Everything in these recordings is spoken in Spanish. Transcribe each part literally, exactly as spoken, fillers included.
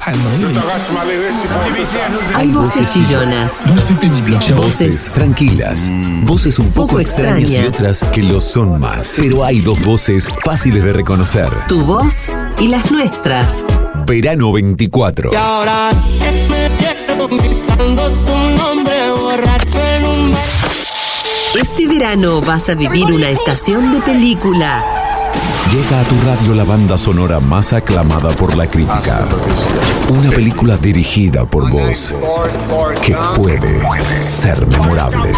Hay voces chillonas, voces tranquilas, voces un poco, poco extrañas, extrañas y otras que lo son más. Pero hay dos voces fáciles de reconocer: tu voz y las nuestras. Verano veinticuatro. Y ahora gritando tu nombre borracho en un... Este verano vas a vivir una estación de película. Llega a tu radio la banda sonora más aclamada por la crítica. Una película dirigida por vos que puede ser memorable.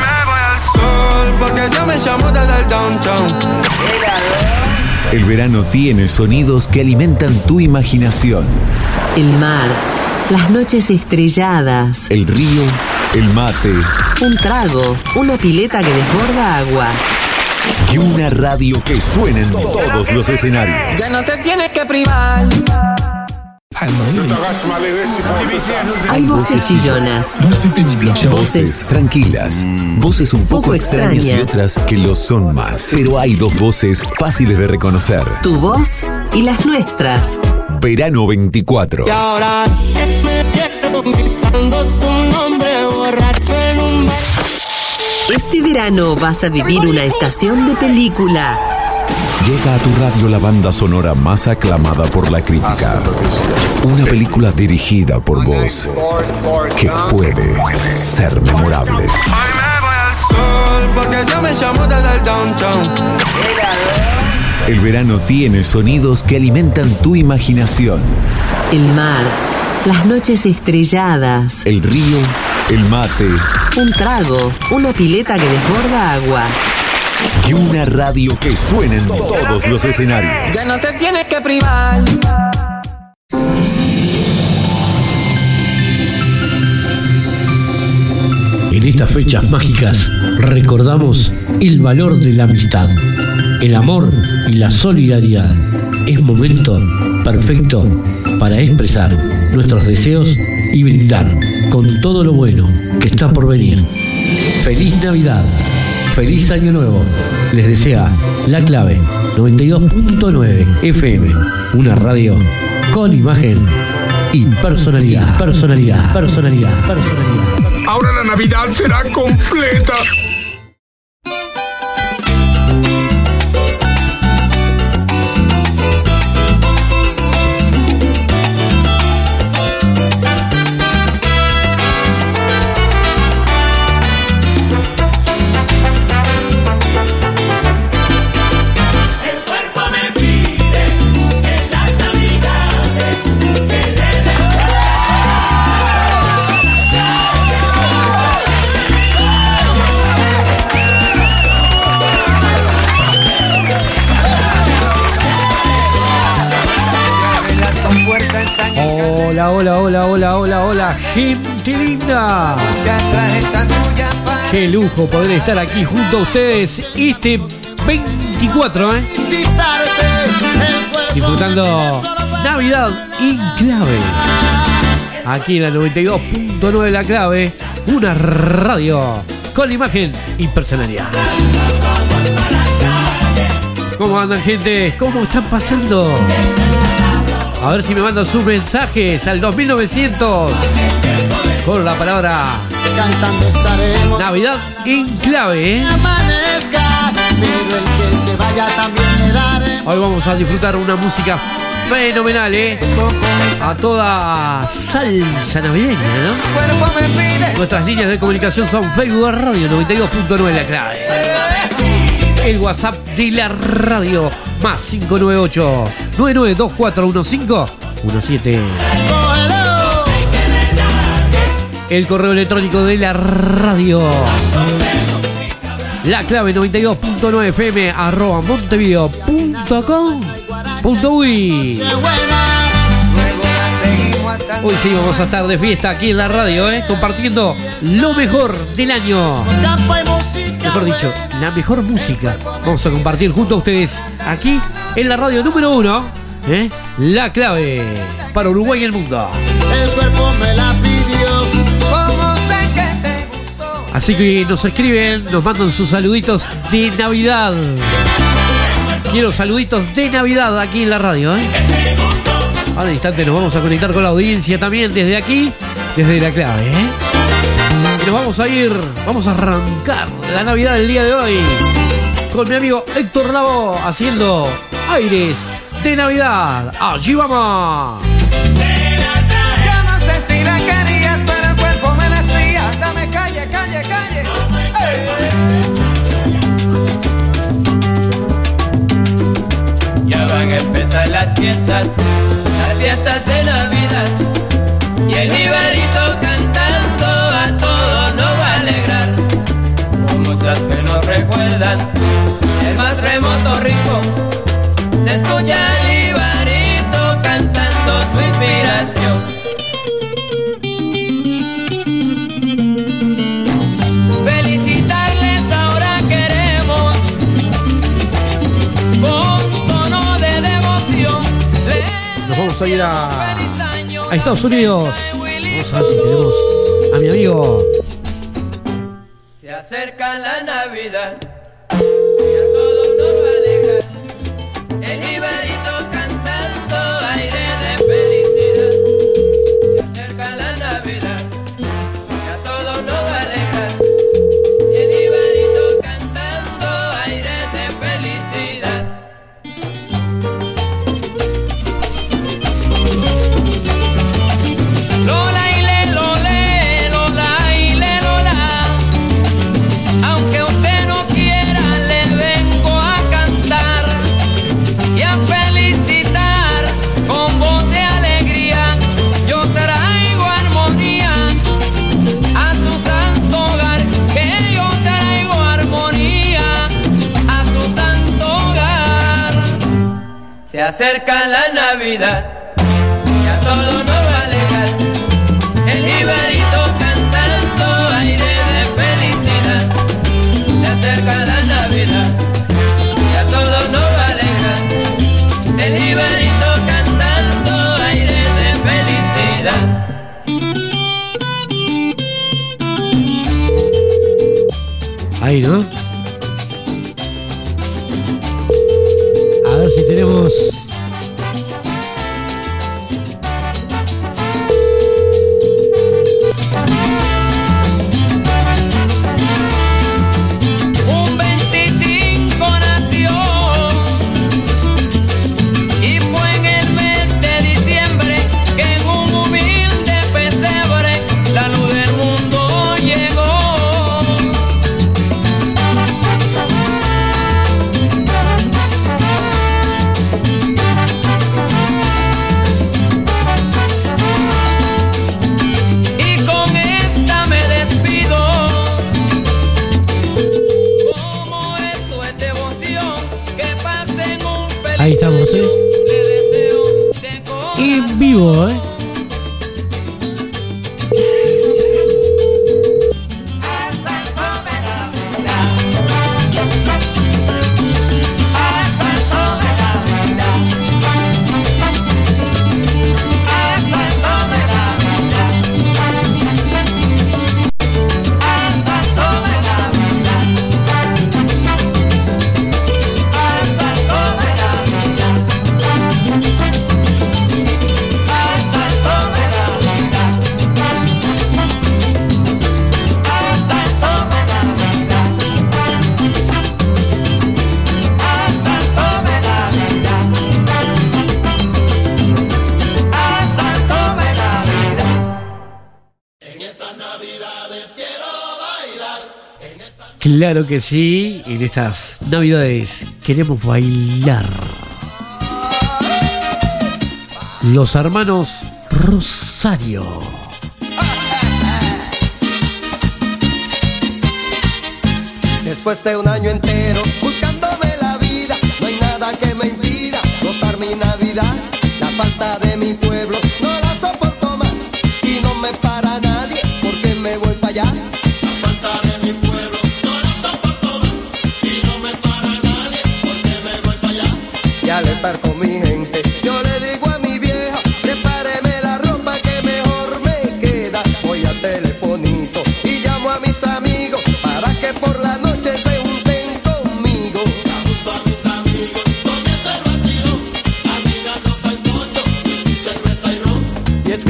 El verano tiene sonidos que alimentan tu imaginación. El mar, las noches estrelladas, el río, el mate, un trago, una pileta que desborda agua. Y una radio que suena en todos los escenarios. Ya no te tienes que privar. Hay voces chillonas, voces tranquilas, voces un poco, poco extrañas, extrañas y otras que lo son más. Pero hay dos voces fáciles de reconocer: tu voz y las nuestras. Verano veinticuatro. Y ahora gritando tu nombre borracho en un... Este verano vas a vivir una estación de película. Llega a tu radio la banda sonora más aclamada por la crítica. Una película dirigida por vos que puede ser memorable. El verano tiene sonidos que alimentan tu imaginación. El mar, las noches estrelladas, el río, el mate, un trago, una pileta que desborda agua. Y una radio que suena en todos los escenarios. Ya no te tienes que privar. En estas fechas mágicas recordamos el valor de la amistad, el amor y la solidaridad. Es momento perfecto para expresar nuestros deseos y brindar con todo lo bueno que está por venir. ¡Feliz Navidad! ¡Feliz Año Nuevo! Les desea La Clave noventa y dos punto nueve F M, una radio con imagen y personalidad, personalidad, personalidad, personalidad. Ahora la Navidad será completa. Hola, hola, hola, hola, hola, hola, gente linda. Qué lujo poder estar aquí junto a ustedes este veinticuatro, ¿eh? Disfrutando Navidad en Clave. Aquí en la noventa y dos punto nueve La Clave, una radio con imagen y personalidad. ¿Cómo andan, gente? ¿Cómo están pasando? A ver si me mandan sus mensajes al dos mil novecientos con la palabra cantando estaremos Navidad en Clave, ¿eh? Amanezca, pero el que se vaya también me daré. Hoy vamos a disfrutar una música fenomenal, ¿eh? A toda salsa navideña, ¿no? Nuestras líneas de comunicación son Facebook Radio noventa y dos punto nueve La Clave. El WhatsApp de la radio más cinco nueve ocho, nueve nueve dos cuatro uno cinco uno siete. El correo electrónico de la radio, La Clave noventa y dos punto nueve F M arroba montevideo punto com punto uy. Hoy sí vamos a estar de fiesta aquí en la radio, ¿eh? Compartiendo lo mejor del año. Mejor dicho, la mejor música. Vamos a compartir junto a ustedes aquí en la radio número uno, ¿eh? La Clave para Uruguay y el mundo. El cuerpo me la pidió, como sé que te gustó. Así que nos escriben, nos mandan sus saluditos de Navidad. Quiero saluditos de Navidad aquí en la radio, ¿eh? Ahora en instante nos vamos a conectar con la audiencia también desde aquí, desde la clave, ¿eh? Y nos vamos a ir, vamos a arrancar la Navidad del día de hoy con mi amigo Héctor Lavoe haciendo Aires de Navidad. ¡Allí vamos! Yo no sé si la querías, pero el cuerpo me decía, dame calle, calle, calle. Ya van a empezar las fiestas, las fiestas de Navidad, y el Ibarito cantando a todos nos va a alegrar. Con muchas que nos recuerdan el más remoto rincón, se escucha el Ibarito cantando su inspiración. Felicitarles ahora queremos con tono de devoción. Nos vamos a ir a, a Estados Unidos. Vamos a ver si tenemos a mi amigo. Se acerca la Navidad y a todos nos va a alegrar. El Ibarito cantando aire de felicidad. Se acerca la Navidad y a todos nos va a alegrar. El Ibarito cantando aire de felicidad. Lola y le, lole, lola y le, lola. Aunque usted no quiera, le vengo a cantar y a felicitar con voz de alegría. Yo traigo armonía a su santo hogar, que yo traigo armonía a su santo hogar. Se acerca la Navidad y a todos nos va a alegrar. El Ibarito cantando aire de felicidad. Se acerca la Navidad y a todos nos va a alegrar. El Ibarito cantando aire de felicidad. Ahí, ¿no? A ver si tenemos. Un veinticinco nació y fue en el mes de diciembre que en un humilde pesebre la luz del mundo llegó. Y con esta me despido. Como esto es devoción, que pasen un feliz Ahí estamos, ¿eh? año. Le deseo de corazón. En vivo, ¿eh? Claro que sí, en estas Navidades queremos bailar. Los hermanos Rosario. Después de un año entero buscándome la vida, no hay nada que me impida gozar mi Navidad. La falta de mi pueblo no la soporto más y no me para nadie porque me voy para allá. La falta de mi pueblo no la soporto más y no me para nadie porque me voy para allá. Y al estar con mi gente yo le digo a mi vieja, prepáreme la ropa que mejor me queda. Voy al telefonito y llamo a mis amigos para que por la noche se junten conmigo. Junto a mis amigos, comienza el vacío, a mirarnos al pollo y se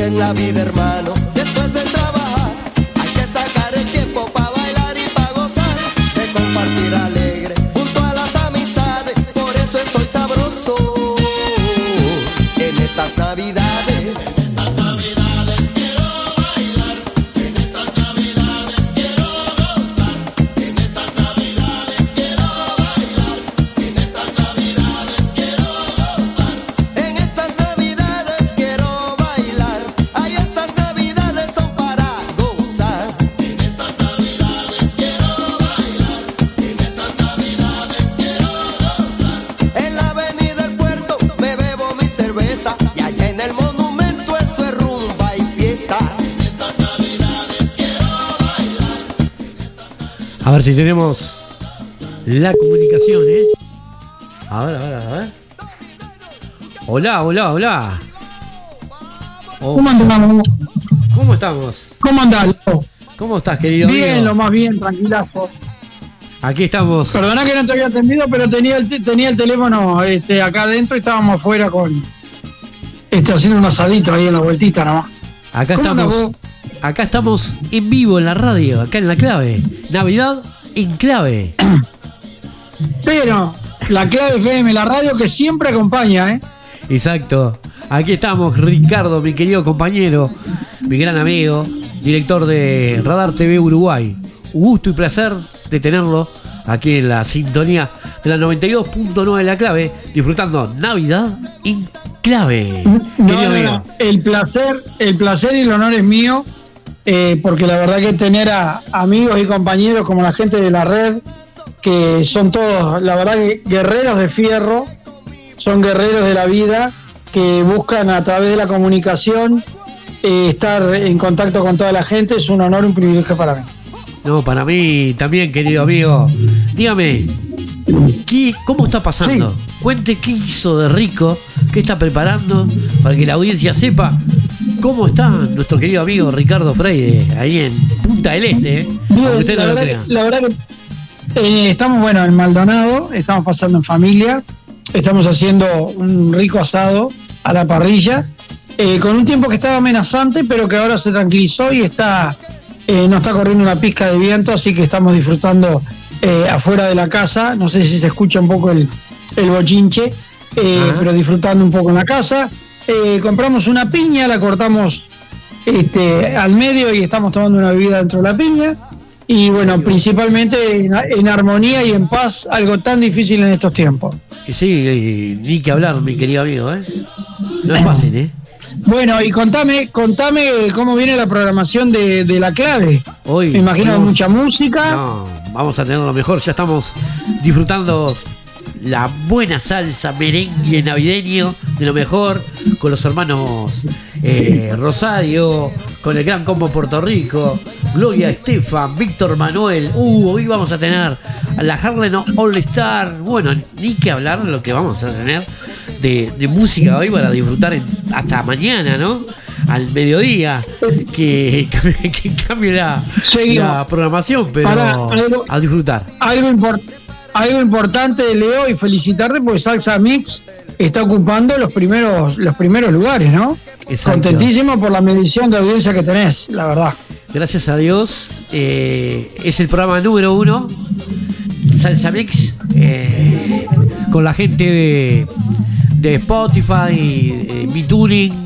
que en la vida, hermano, después de trabajar hay que sacar el tiempo para bailar y para gozar, de compartir alegre junto a las amistades. Por eso estoy sabroso en estas navidades. A ver si tenemos la comunicación, ¿eh? A ver, a ver, a ver. Hola, hola, hola. Oh. ¿Cómo andamos? ¿Cómo estamos? ¿Cómo andás? ¿Cómo estás, querido Bien, amigo? lo más bien, tranquilazo. Aquí estamos. Perdona que no te había atendido, pero tenía el, te- tenía el teléfono este, acá adentro y estábamos afuera con este, haciendo un asadito ahí en la vueltita nomás. Acá ¿Cómo andás estamos. vos? Acá estamos en vivo en la radio, acá en La Clave. Navidad en Clave. Pero la Clave F M, la radio que siempre acompaña, ¿eh? Exacto. Aquí estamos, Ricardo, mi querido compañero, mi gran amigo, director de Radar T V Uruguay. Un gusto y placer de tenerlo aquí en la sintonía de la noventa y dos punto nueve La Clave, disfrutando Navidad en Clave. No, Querido no, amigo. no. El placer, el placer y el honor es mío, eh, porque la verdad que tener a amigos y compañeros como la gente de la red, que son todos, la verdad que guerreros de fierro, son guerreros de la vida, que buscan a través de la comunicación eh, estar en contacto con toda la gente, es un honor y un privilegio para mí. No, para mí también, querido amigo. Dígame, ¿qué, ¿cómo está pasando? Sí. Cuente qué hizo de rico, qué está preparando, para que la audiencia sepa cómo está nuestro querido amigo Ricardo Freire, ahí en Punta del Este, ¿eh? Bien, Aunque usted no la, lo verdad crea. que, la verdad que eh, estamos, bueno, en Maldonado, estamos pasando en familia, estamos haciendo un rico asado a la parrilla, eh, con un tiempo que estaba amenazante, pero que ahora se tranquilizó y está eh, no está corriendo una pizca de viento, así que estamos disfrutando eh, afuera de la casa. No sé si se escucha un poco el, el bochinche, eh, pero disfrutando un poco en la casa. Eh, compramos una piña, la cortamos este, al medio y estamos tomando una bebida dentro de la piña. Y bueno, principalmente en, en armonía y en paz, algo tan difícil en estos tiempos. Y sí, y ni que hablar, mi querido amigo, ¿eh? No es fácil, ¿eh? Bueno, y contame, contame cómo viene la programación de, de La Clave. Hoy, Me imagino hoy vamos- mucha música. No, vamos a tener lo mejor. Ya estamos disfrutando la buena salsa merengue navideño de lo mejor con los hermanos eh, Rosario, con el Gran Combo Puerto Rico, Gloria Estefan, Víctor Manuel. Uh, hoy vamos a tener a la Harlem All Star. Bueno, ni que hablar de lo que vamos a tener de, de música hoy para disfrutar en- hasta mañana, ¿no? Al mediodía, que, que cambie la, Seguimos. la programación, pero Pará, algo- a disfrutar. Algo, impor- algo importante, Leo, y felicitarte porque Salsa Mix está ocupando los primeros, los primeros lugares, ¿no? Exacto. Contentísimo por la medición de audiencia que tenés, la verdad. Gracias a Dios, eh, es el programa número uno, Salsa Mix, eh, con la gente de, de Spotify, eh, Mi Tuning.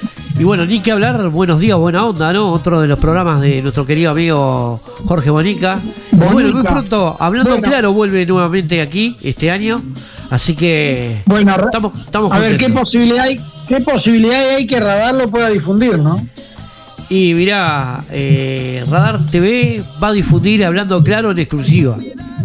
Y bueno, ni que hablar, buenos días, buena onda, ¿no? Otro de los programas de nuestro querido amigo Jorge Bonica. Bonica. Bueno, muy pronto, hablando Bueno. claro, vuelve nuevamente aquí este año. Así que Bueno, a- estamos, estamos a ver qué contentos. posibilidad hay, qué posibilidad hay que Radar lo pueda difundir, ¿no? Y mirá, eh, Radar T V va a difundir Hablando Claro en exclusiva.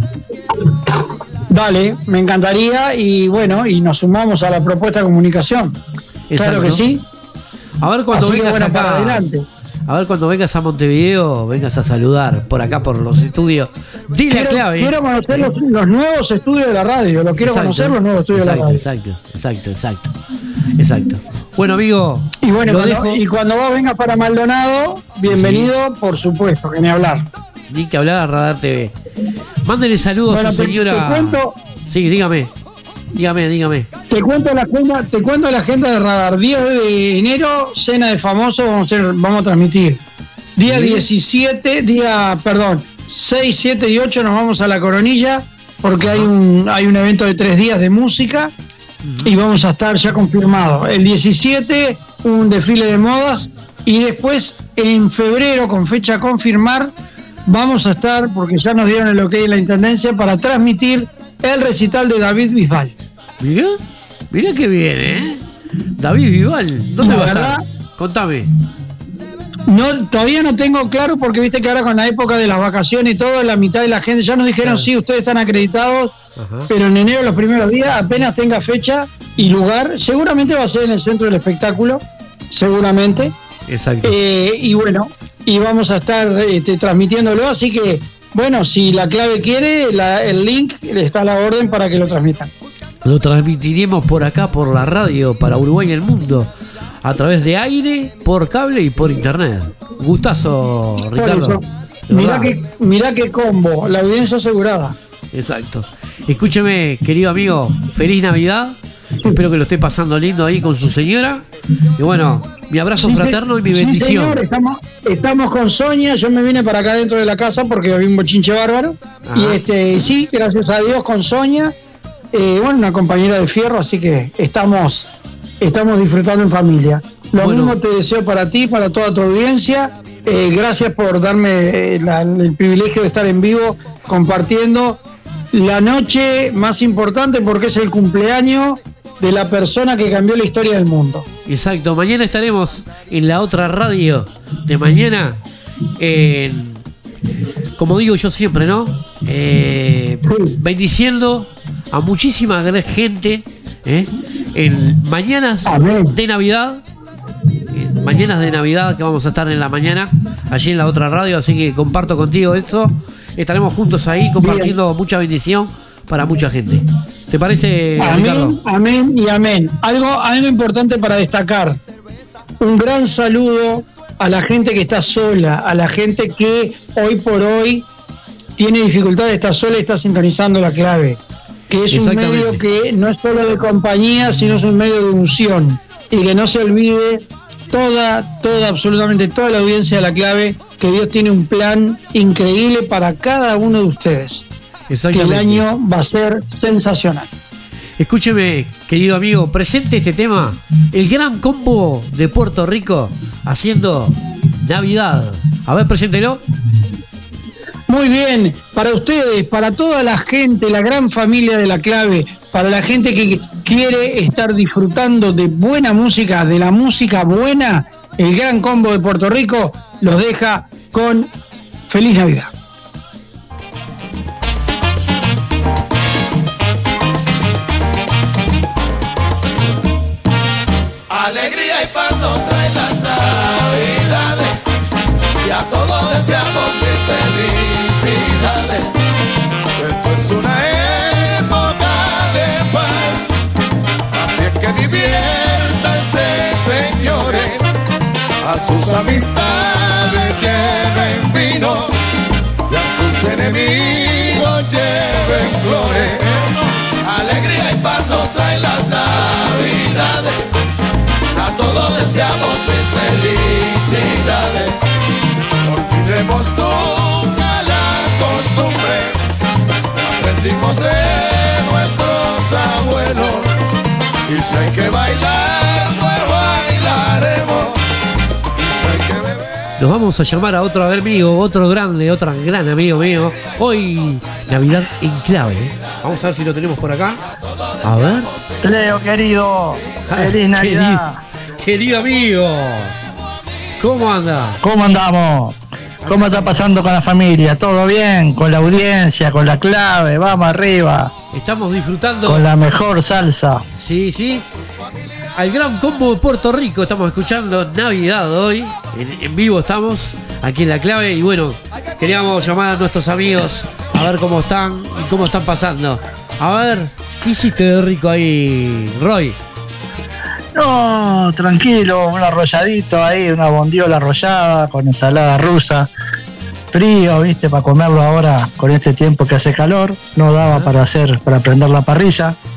Dale, me encantaría y bueno, y nos sumamos a la propuesta de comunicación. Claro Exacto. que sí. A ver cuando Así que vengas bueno, para acá. adelante. A ver cuando vengas a Montevideo, vengas a saludar por acá por los estudios de La Quiero, Clave. quiero conocer los, los nuevos estudios de la radio, lo quiero Exacto, conocer los nuevos estudios exacto, de la radio. Exacto, exacto, exacto, exacto. Bueno, amigo, Y bueno, lo cuando, dejo. y cuando vos vengas para Maldonado, bienvenido, por supuesto, que ni hablar. Ni que hablar a Radar T V. Mándele saludos Bueno, a su te- señora. te cuento- Sí, dígame. Dígame, dígame. Te cuento la agenda, te cuento la agenda de Radar. diez de enero, cena de famosos, vamos a, hacer, vamos a transmitir. Día ¿Sí? diecisiete, día, perdón, seis, siete y ocho nos vamos a La Coronilla, porque hay un, hay un evento de tres días de música uh-huh. y vamos a estar ya confirmados. El diecisiete, un desfile de modas, y después en febrero, con fecha a confirmar, vamos a estar, porque ya nos dieron el ok en la Intendencia, para transmitir el recital de David Bisbal. Mirá, mirá que bien, ¿eh? David Bisbal, ¿dónde no, va a estar? Contame. No, todavía no tengo claro, porque viste que ahora con la época de las vacaciones y todo, la mitad de la gente ya nos dijeron, claro. sí, ustedes están acreditados, Ajá. pero en enero, los primeros días, apenas tenga fecha y lugar, seguramente va a ser en el centro del espectáculo, seguramente. Exacto. Eh, y bueno, y vamos a estar este, transmitiéndolo, así que, bueno, si la clave quiere, la, el link está a la orden para que lo transmitan. Lo transmitiremos por acá, por la radio, para Uruguay y el mundo, a través de aire, por cable y por internet. Gustazo, Ricardo. Mirá que, mirá qué combo, la audiencia asegurada. Exacto. Escúcheme, querido amigo, feliz Navidad. Espero que lo esté pasando lindo ahí con su señora. Y bueno, mi abrazo sí, fraterno y mi sí, bendición. Señor, estamos, estamos con Sonia. Yo me vine para acá dentro de la casa porque había un bochinche bárbaro. Ajá. Y este sí, gracias a Dios, con Sonia. Eh, bueno, una compañera de fierro, así que estamos, estamos disfrutando en familia. Lo bueno. mismo te deseo para ti, para toda tu audiencia. Eh, gracias por darme la, el privilegio de estar en vivo compartiendo la noche más importante, porque es el cumpleaños de la persona que cambió la historia del mundo. Exacto, mañana estaremos en la otra radio de mañana, en, como digo yo siempre, ¿no? Eh, sí. Bendiciendo a muchísima gente ¿eh? en mañanas Amén. de Navidad, en mañanas de Navidad que vamos a estar en la mañana, allí en la otra radio, así que comparto contigo eso. Estaremos juntos ahí compartiendo Bien. mucha bendición para mucha gente. ¿Te parece, amén, Ricardo? Amén y amén. Algo, algo importante para destacar. Un gran saludo a la gente que está sola, a la gente que hoy por hoy tiene dificultad de estar sola y está sintonizando la clave. Que es un medio que no es solo de compañía, sino es un medio de unción. Y que no se olvide toda, toda, absolutamente toda la audiencia de la clave, que Dios tiene un plan increíble para cada uno de ustedes. Que el año va a ser sensacional. Escúcheme, querido amigo, presente este tema, el gran combo de Puerto Rico haciendo Navidad. A ver, preséntelo. Muy bien, para ustedes, para toda la gente, la gran familia de la clave, para la gente que quiere estar disfrutando de buena música, de la música buena, el gran combo de Puerto Rico los deja con Feliz Navidad. Alegría y paz nos trae las Navidades, y a todos deseamos mil felicidades. Esto es una época de paz, así es que diviértanse, señores. A sus amistades lleven vino, y a sus enemigos lleven flores. Alegría y paz nos trae las Navidades, a todos deseamos mil felicidades. No olvidemos nunca las costumbres, aprendimos de nuestros abuelos. Y si hay que bailar, pues bailaremos. Y si hay que beber... Nos vamos a llamar a otro amigo, otro grande, otro gran amigo mío. Hoy, Navidad en clave. Vamos a ver si lo tenemos por acá. A ver. Leo, querido. Feliz Navidad. Querido, querido amigo. ¿Cómo anda? ¿Cómo andamos? ¿Cómo está pasando con la familia? ¿Todo bien? ¿Con la audiencia? ¿Con la clave? Vamos arriba. Estamos disfrutando. Con la mejor salsa. Sí, sí. Al gran combo de Puerto Rico estamos escuchando Navidad hoy. En, en vivo estamos aquí en la clave. Y bueno, queríamos llamar a nuestros amigos a ver cómo están y cómo están pasando. A ver, ¿qué hiciste de rico ahí, Roy? No, tranquilo, un arrolladito ahí, una bondiola arrollada con ensalada rusa. Frío, viste, para comerlo ahora con este tiempo que hace calor. No daba para hacer, para prender la parrilla.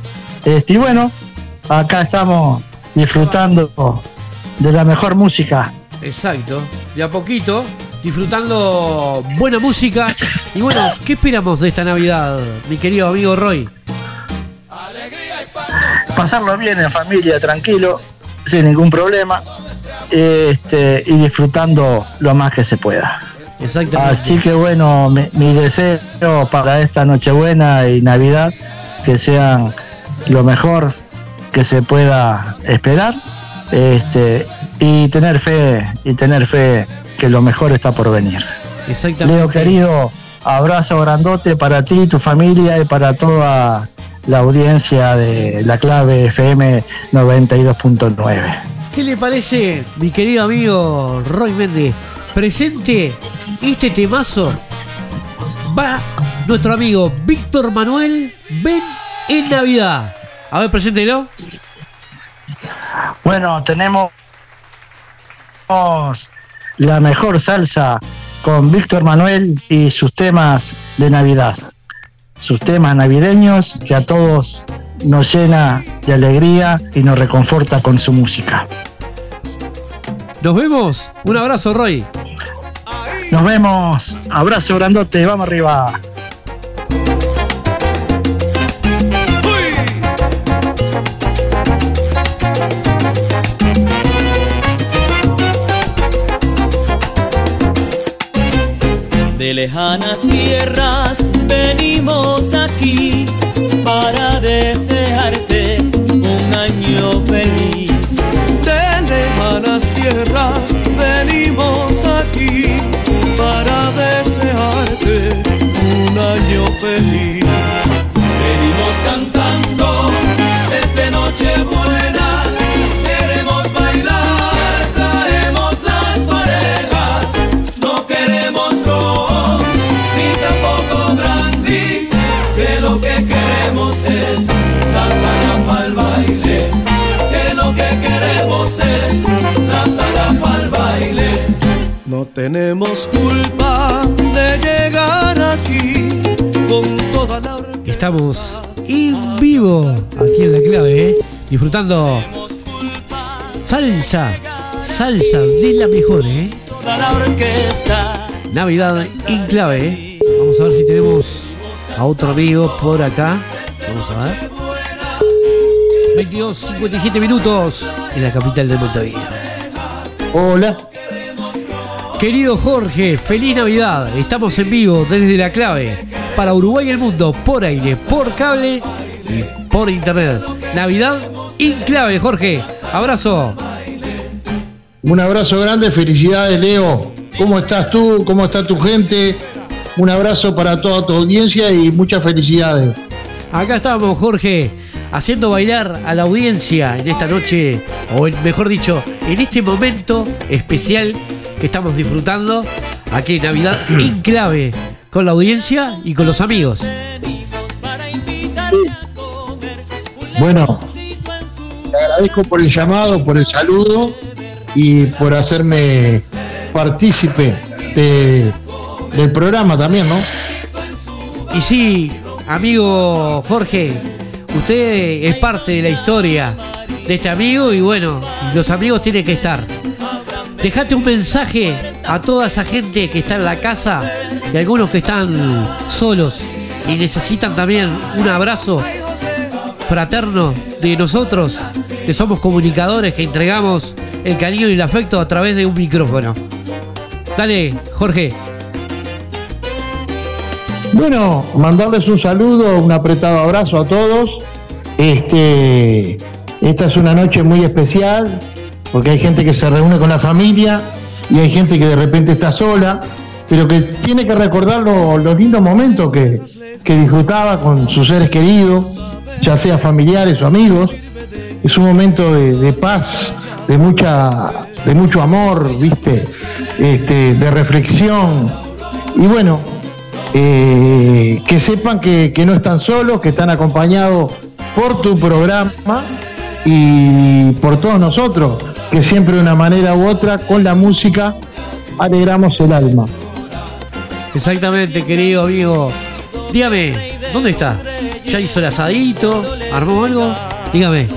Este, y bueno, acá estamos disfrutando de la mejor música. Exacto, de a poquito, disfrutando buena música. Y bueno, ¿qué esperamos de esta Navidad, mi querido amigo Roy? Pasarlo bien en familia, tranquilo, sin ningún problema, este, y disfrutando lo más que se pueda. Exactamente. Así que bueno, mi, mi deseo para esta Nochebuena y Navidad, que sean lo mejor que se pueda esperar, este, y tener fe, y tener fe que lo mejor está por venir. Exactamente. Leo querido, abrazo grandote para ti, tu familia y para toda la audiencia de La Clave F M noventa y dos punto nueve. ¿Qué le parece, mi querido amigo Roy Méndez? Presente este temazo. Va nuestro amigo Víctor Manuel, Ven en Navidad. A ver, preséntelo. Bueno, tenemos la mejor salsa con Víctor Manuel y sus temas de Navidad. Sus temas navideños que a todos nos llena de alegría y nos reconforta con su música. Nos vemos. Un abrazo, Roy. Nos vemos. Abrazo grandote. Vamos arriba. De lejanas tierras venimos aquí para desearte un año feliz. De lejanas tierras venimos aquí para desearte un año feliz. Venimos cantando desde Nochebuena, queremos bailar, traemos las parejas, no queremos ron, ni tampoco brandy, que lo que queremos es la sala pa'l baile, que lo que queremos es la sala pa'l baile. No tenemos culpa de llegar aquí con toda la orquesta. Estamos en vivo aquí en La Clave, ¿eh? Disfrutando salsa, salsa de la mejor, ¿eh? Toda la orquesta. Navidad en Clave, ¿eh? Vamos a ver si tenemos a otro amigo por acá. Vamos a ver. veintidós cincuenta y siete minutos en la capital de Montevideo. Hola. Querido Jorge, feliz Navidad. Estamos en vivo desde La Clave para Uruguay y el mundo, por aire, por cable y por internet. Navidad en Clave, Jorge. Abrazo. Un abrazo grande, felicidades, Leo. ¿Cómo estás tú? ¿Cómo está tu gente? Un abrazo para toda tu audiencia y muchas felicidades. Acá estamos, Jorge, haciendo bailar a la audiencia en esta noche, o en, mejor dicho, en este momento especial que estamos disfrutando aquí en Navidad en Clave, con la audiencia y con los amigos. Bueno, te agradezco por el llamado, por el saludo y por hacerme partícipe de, del programa también, ¿no? Y sí, amigo Jorge, usted es parte de la historia de este amigo y bueno, los amigos tienen que estar. Dejate un mensaje a toda esa gente que está en la casa y algunos que están solos y necesitan también un abrazo fraterno de nosotros, que somos comunicadores, que entregamos el cariño y el afecto a través de un micrófono. Dale, Jorge. Bueno, mandarles un saludo, un apretado abrazo a todos. Este, esta es una noche muy especial porque hay gente que se reúne con la familia y hay gente que de repente está sola, pero que tiene que recordar lo, los lindos momentos que, que disfrutaba con sus seres queridos, ya sea familiares o amigos. Es un momento de, de paz, de mucha, de mucho amor, ¿viste? Este, de reflexión. Y bueno, eh, que sepan que, que no están solos, que están acompañados por tu programa y por todos nosotros, que siempre de una manera u otra, con la música, alegramos el alma. Exactamente, querido amigo. Dígame, ¿dónde está? ¿Ya hizo el asadito? ¿Armó algo? Dígame.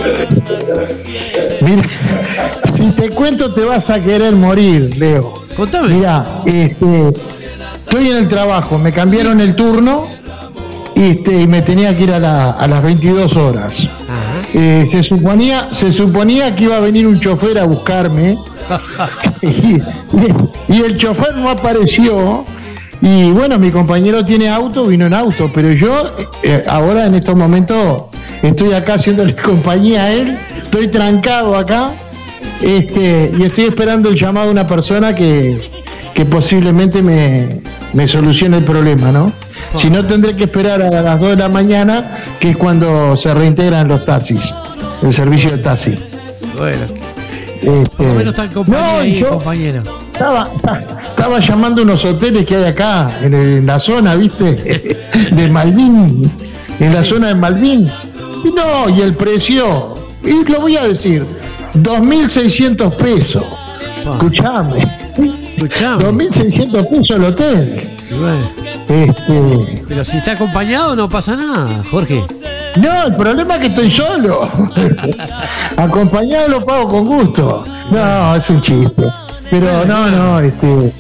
Mira, si te cuento te vas a querer morir, Leo. Contame. Mira, este, estoy en el trabajo, me cambiaron el turno este, y me tenía que ir a, la, a las veintidós horas. Eh, se suponía, se suponía que iba a venir un chofer a buscarme y, y el chofer no apareció. Y bueno, mi compañero tiene auto, vino en auto, pero yo eh, ahora en estos momentos estoy acá haciéndole compañía a él, estoy trancado acá este, y estoy esperando el llamado de una persona que, que posiblemente me, me solucione el problema, ¿no? Si no, tendré que esperar a las dos de la mañana, que es cuando se reintegran los taxis, el servicio de taxi. Bueno, este, por lo menos está en compañía no, ahí, yo compañero. Estaba, estaba llamando unos hoteles que hay acá, en, el- en la zona, ¿viste? De Malvin, en la zona de Malvin. Y no, y el precio, y lo voy a decir, dos mil seiscientos pesos. Escuchame. dos mil seiscientos pesos el hotel. Bueno, Este, pero si está acompañado no pasa nada, Jorge. no, el problema es que estoy solo. Acompañado lo pago con gusto. No, es un chiste. Pero no, no, este.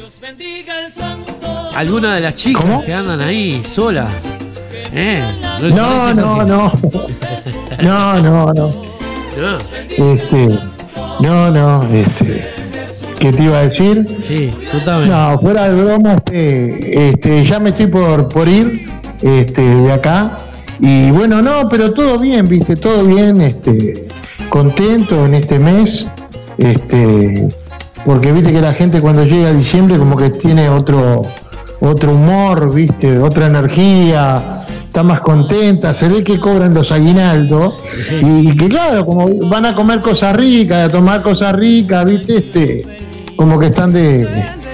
¿Alguna de las chicas ¿Cómo? que andan ahí solas? ¿Eh? les No, parece, no, Jorge? no. No, no, no. No. Este. No, no, este. ¿Qué te iba a decir? Sí, contame. No, fuera de broma, este, este, ya me estoy por, por ir este, de acá. Y bueno, no, pero todo bien, viste, todo bien, este, contento en este mes. Este, porque viste que la gente cuando llega a diciembre como que tiene otro, otro humor, viste, otra energía, está más contenta, se ve que cobran los aguinaldos, y, y que claro, como van a comer cosas ricas, a tomar cosas ricas, viste, este, como que están de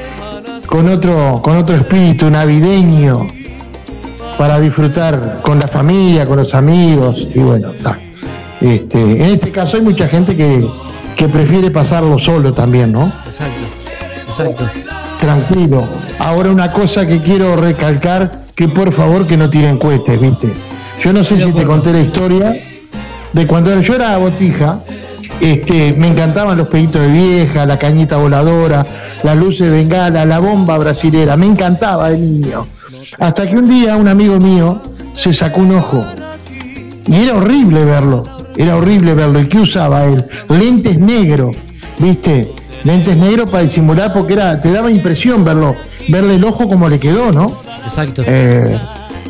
con otro, con otro espíritu navideño para disfrutar con la familia, con los amigos, y bueno, está. Este, en este caso hay mucha gente que, que prefiere pasarlo solo también, ¿no? Exacto, exacto. Tranquilo. Ahora una cosa que quiero recalcar, que por favor que no tiren cohetes, ¿viste? Yo no sé si te conté la historia de cuando yo era botija, este, me encantaban los peditos de vieja, la cañita voladora, las luces de bengala, la bomba brasilera, me encantaba de niño. Hasta que un día un amigo mío se sacó un ojo y era horrible verlo, era horrible verlo. ¿Y qué usaba él? Lentes negros, ¿viste? Lentes negros para disimular porque era, te daba impresión verlo, verle el ojo como le quedó, ¿no? Exacto. Eh,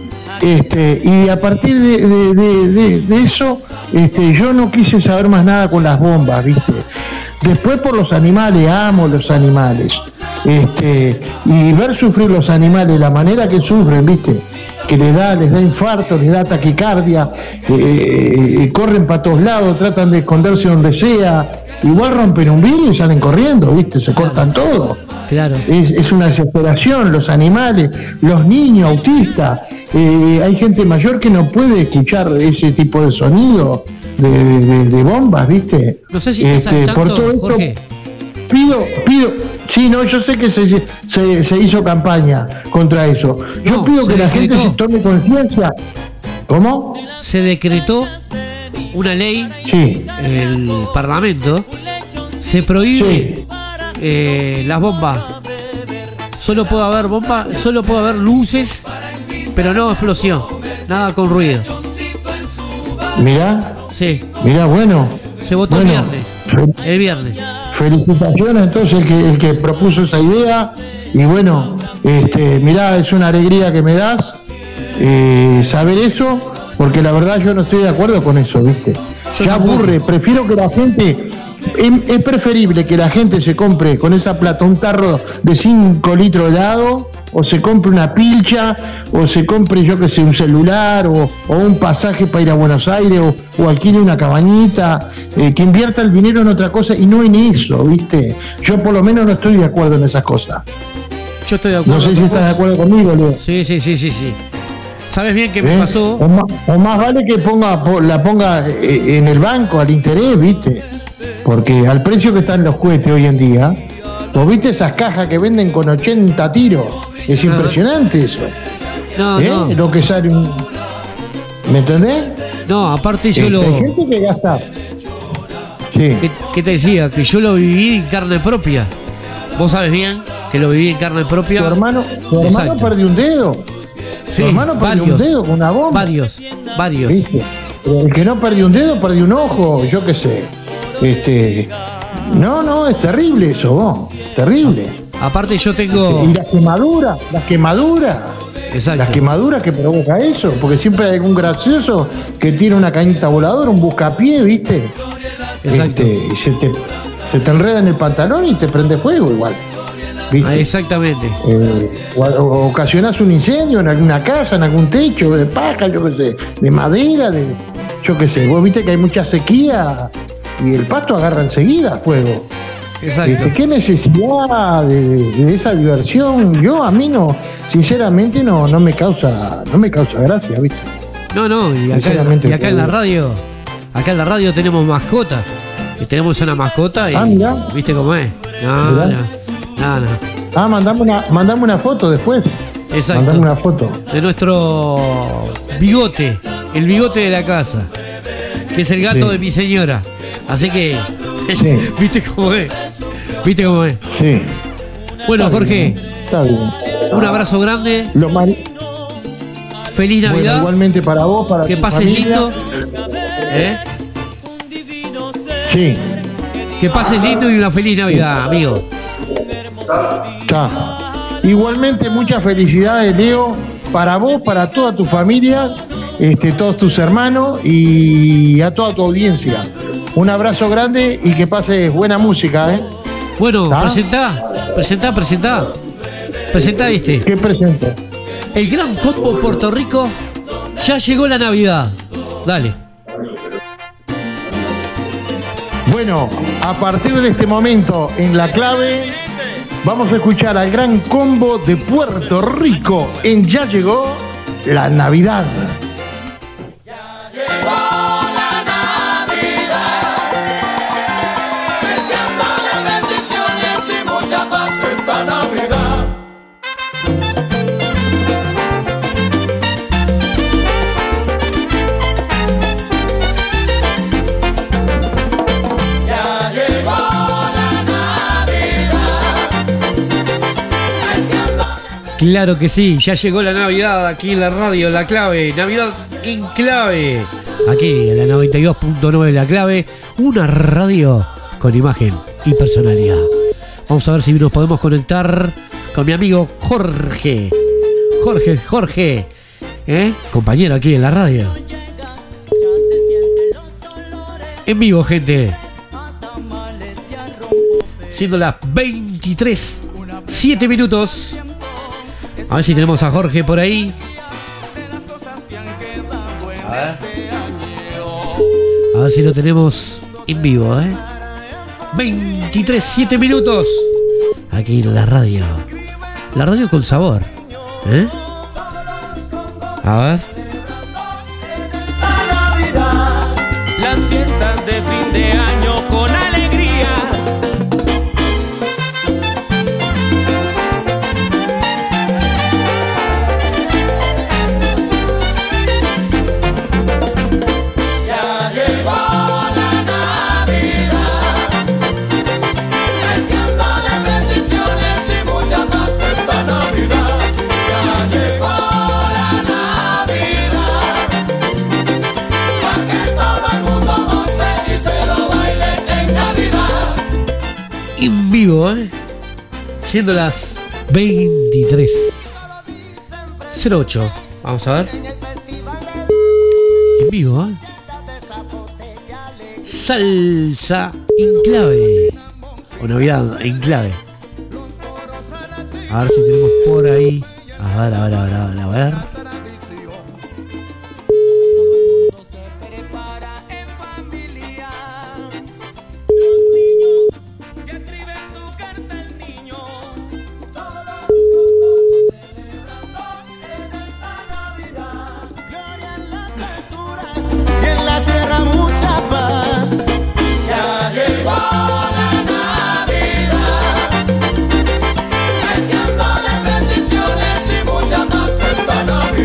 este, y a partir de, de, de, de, de eso, este, yo no quise saber más nada con las bombas, ¿viste? Después por los animales, amo los animales. Este, y ver sufrir los animales, la manera que sufren, ¿viste? Que les da, les da infarto, les da taquicardia, eh, eh, corren para todos lados, tratan de esconderse donde sea, igual rompen un vidrio y salen corriendo, ¿viste? Se cortan todo. Claro. Es, es una desesperación, los animales, los niños autistas, eh, hay gente mayor que no puede escuchar ese tipo de sonido de, de, de bombas, ¿viste? No sé si estás al por tanto, todo esto, Jorge. pido, pido, sí, no, yo sé que se, se, se hizo campaña contra eso. Yo No, pido se que la decretó. gente se tome conciencia. ¿Cómo? Se decretó una ley, Sí. el Parlamento, se prohíbe eh, las bombas. Solo puede haber bombas, solo puede haber luces, pero no explosión, nada con ruido. Mirá, Sí, mirá, bueno. se votó Bueno, el viernes. El viernes. Felicitaciones entonces el que, el que propuso esa idea. Y bueno, este, mirá, es una alegría que me das eh, saber eso, porque la verdad yo no estoy de acuerdo con eso, ¿viste? Yo Ya tampoco. aburre, prefiero que la gente, es, es preferible que la gente se compre con esa plata un tarro de cinco litros de helado, o se compre una pilcha, o se compre, yo que sé, un celular, o, o un pasaje para ir a Buenos Aires, o, o alquile una cabañita, eh, que invierta el dinero en otra cosa y no en eso, ¿viste? Yo por lo menos no estoy de acuerdo en esas cosas. Yo estoy de acuerdo. No sé si con estás de vos. acuerdo conmigo, Leo. Sí, sí, sí, sí, sí. ¿Sabes bien qué me ¿Eh? pasó? O más, o más vale que ponga po- la ponga eh, en el banco al interés, ¿viste? Porque al precio que están los cohetes hoy en día, ¿vos viste esas cajas que venden con ochenta tiros? Es impresionante eso. No, ¿Eh? no. Lo que sale un... ¿Me entendés? No, aparte yo Este, lo... Hay gente que gasta. Sí. ¿Qué, qué te decía? Que yo lo viví en carne propia. Vos sabés bien que lo viví en carne propia. Tu hermano, tu hermano Exacto. perdió un dedo. Sí, tu hermano perdió varios, un dedo con una bomba. Varios, varios. ¿Viste? El que no perdió un dedo, perdió un ojo, yo qué sé. Este, no, no, es terrible eso, vos. Terrible. Aparte yo tengo... Y las quemaduras, las quemaduras. Exacto. Las quemaduras que provoca eso, porque siempre hay algún gracioso que tiene una cañita voladora, un buscapié, ¿viste? Exacto. Este, y se te, se te enreda en el pantalón y te prende fuego igual. ¿Viste? Ah, exactamente. Eh, o, o ocasionás un incendio en alguna casa, en algún techo, de paja, yo qué sé, de madera, de yo qué sé. Vos viste que hay mucha sequía y el pasto agarra enseguida fuego. Exacto. Este, ¿Qué necesidad de, de- de esa diversión? Yo a mí no, sinceramente no, no me causa, no me causa gracia, ¿viste? No, no, y acá, Sinceramente y acá te en la digo. radio, acá en la radio tenemos mascota. Y tenemos una mascota y Ah, mirá. ¿viste cómo es? No, Mirá. no, no, no. Ah, mandame una, mandame una foto después. Exacto. Mandame una foto. De nuestro bigote, el bigote de la casa, que es el gato Sí. de mi señora. Así que, Sí. ¿viste cómo es? ¿Viste cómo es? Sí. Bueno, Está Jorge, bien, está bien. un abrazo grande, Lo mal- feliz bueno, Navidad, igualmente para vos, para que tu pases familia. lindo, ¿eh? Sí, Que pases lindo y una feliz Navidad, amigo. está. Igualmente muchas felicidades, Leo, para vos, para toda tu familia, este, todos tus hermanos y a toda tu audiencia. Un abrazo grande y que pases buena música, ¿eh? Bueno, ¿Tá? presentá, presentá, presentá. Presentá este. ¿Qué presento? El Gran Combo Puerto Rico. Ya llegó la Navidad. Dale. Bueno, a partir de este momento en La Clave vamos a escuchar al Gran Combo de Puerto Rico en Ya Llegó la Navidad. Deseándole bendiciones y mucha paz esta Navidad. Ya llegó la Navidad. Deseándole Claro que sí, ya llegó la Navidad aquí en la radio, La Clave. Navidad en clave. Aquí en la noventa y dos punto nueve La Clave. Una radio con imagen y personalidad. Vamos a ver si nos podemos conectar con mi amigo Jorge. Jorge, Jorge. ¿Eh? Compañero aquí en la radio. En vivo, gente. Siendo las veintitrés, siete minutos. A ver si tenemos a Jorge por ahí. A ver. A ver si lo tenemos en vivo, ¿eh? veintitrés, siete minutos. Aquí en la radio. La radio con sabor. ¿Eh? A ver. Navidad, las fiestas de fin de año con alegría. Ya llegó la Navidad, deseándole bendiciones y mucha paz esta Navidad. Ya llegó la Navidad, para que todo el mundo goce y se lo baile en Navidad. En vivo, ¿eh? Siendo las veintitrés cero ocho. Vamos a ver. En vivo, ¿eh? Salsa en clave. O Navidad en clave. A ver si tenemos por ahí. A ver, a ver, a ver, a ver, a ver. Y en la tierra mucha paz. Ya llegó la Navidad, deseándole bendiciones y mucha paz esta Navidad.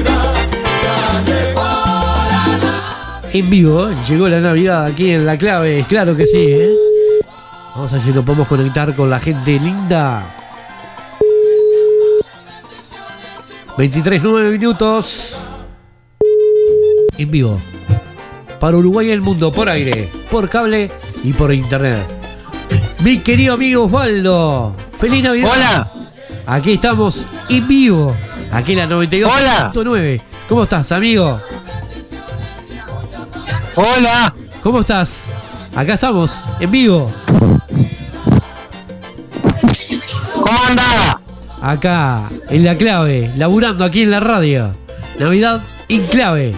en vivo. Llegó la Navidad aquí en La Clave, claro que sí, ¿eh? Vamos a ver si nos podemos conectar con la gente linda. veintitrés nueve minutos. En vivo. Para Uruguay y el mundo, por aire, por cable y por internet. Mi querido amigo Osvaldo. ¡Feliz Navidad! ¡Hola! Aquí estamos en vivo. Aquí en la noventa y dos punto nueve. ¿Cómo estás, amigo? Hola. ¿Cómo estás? Acá estamos, en vivo. ¿Cómo andás? Acá, en La Clave, laburando aquí en la radio. Navidad en clave.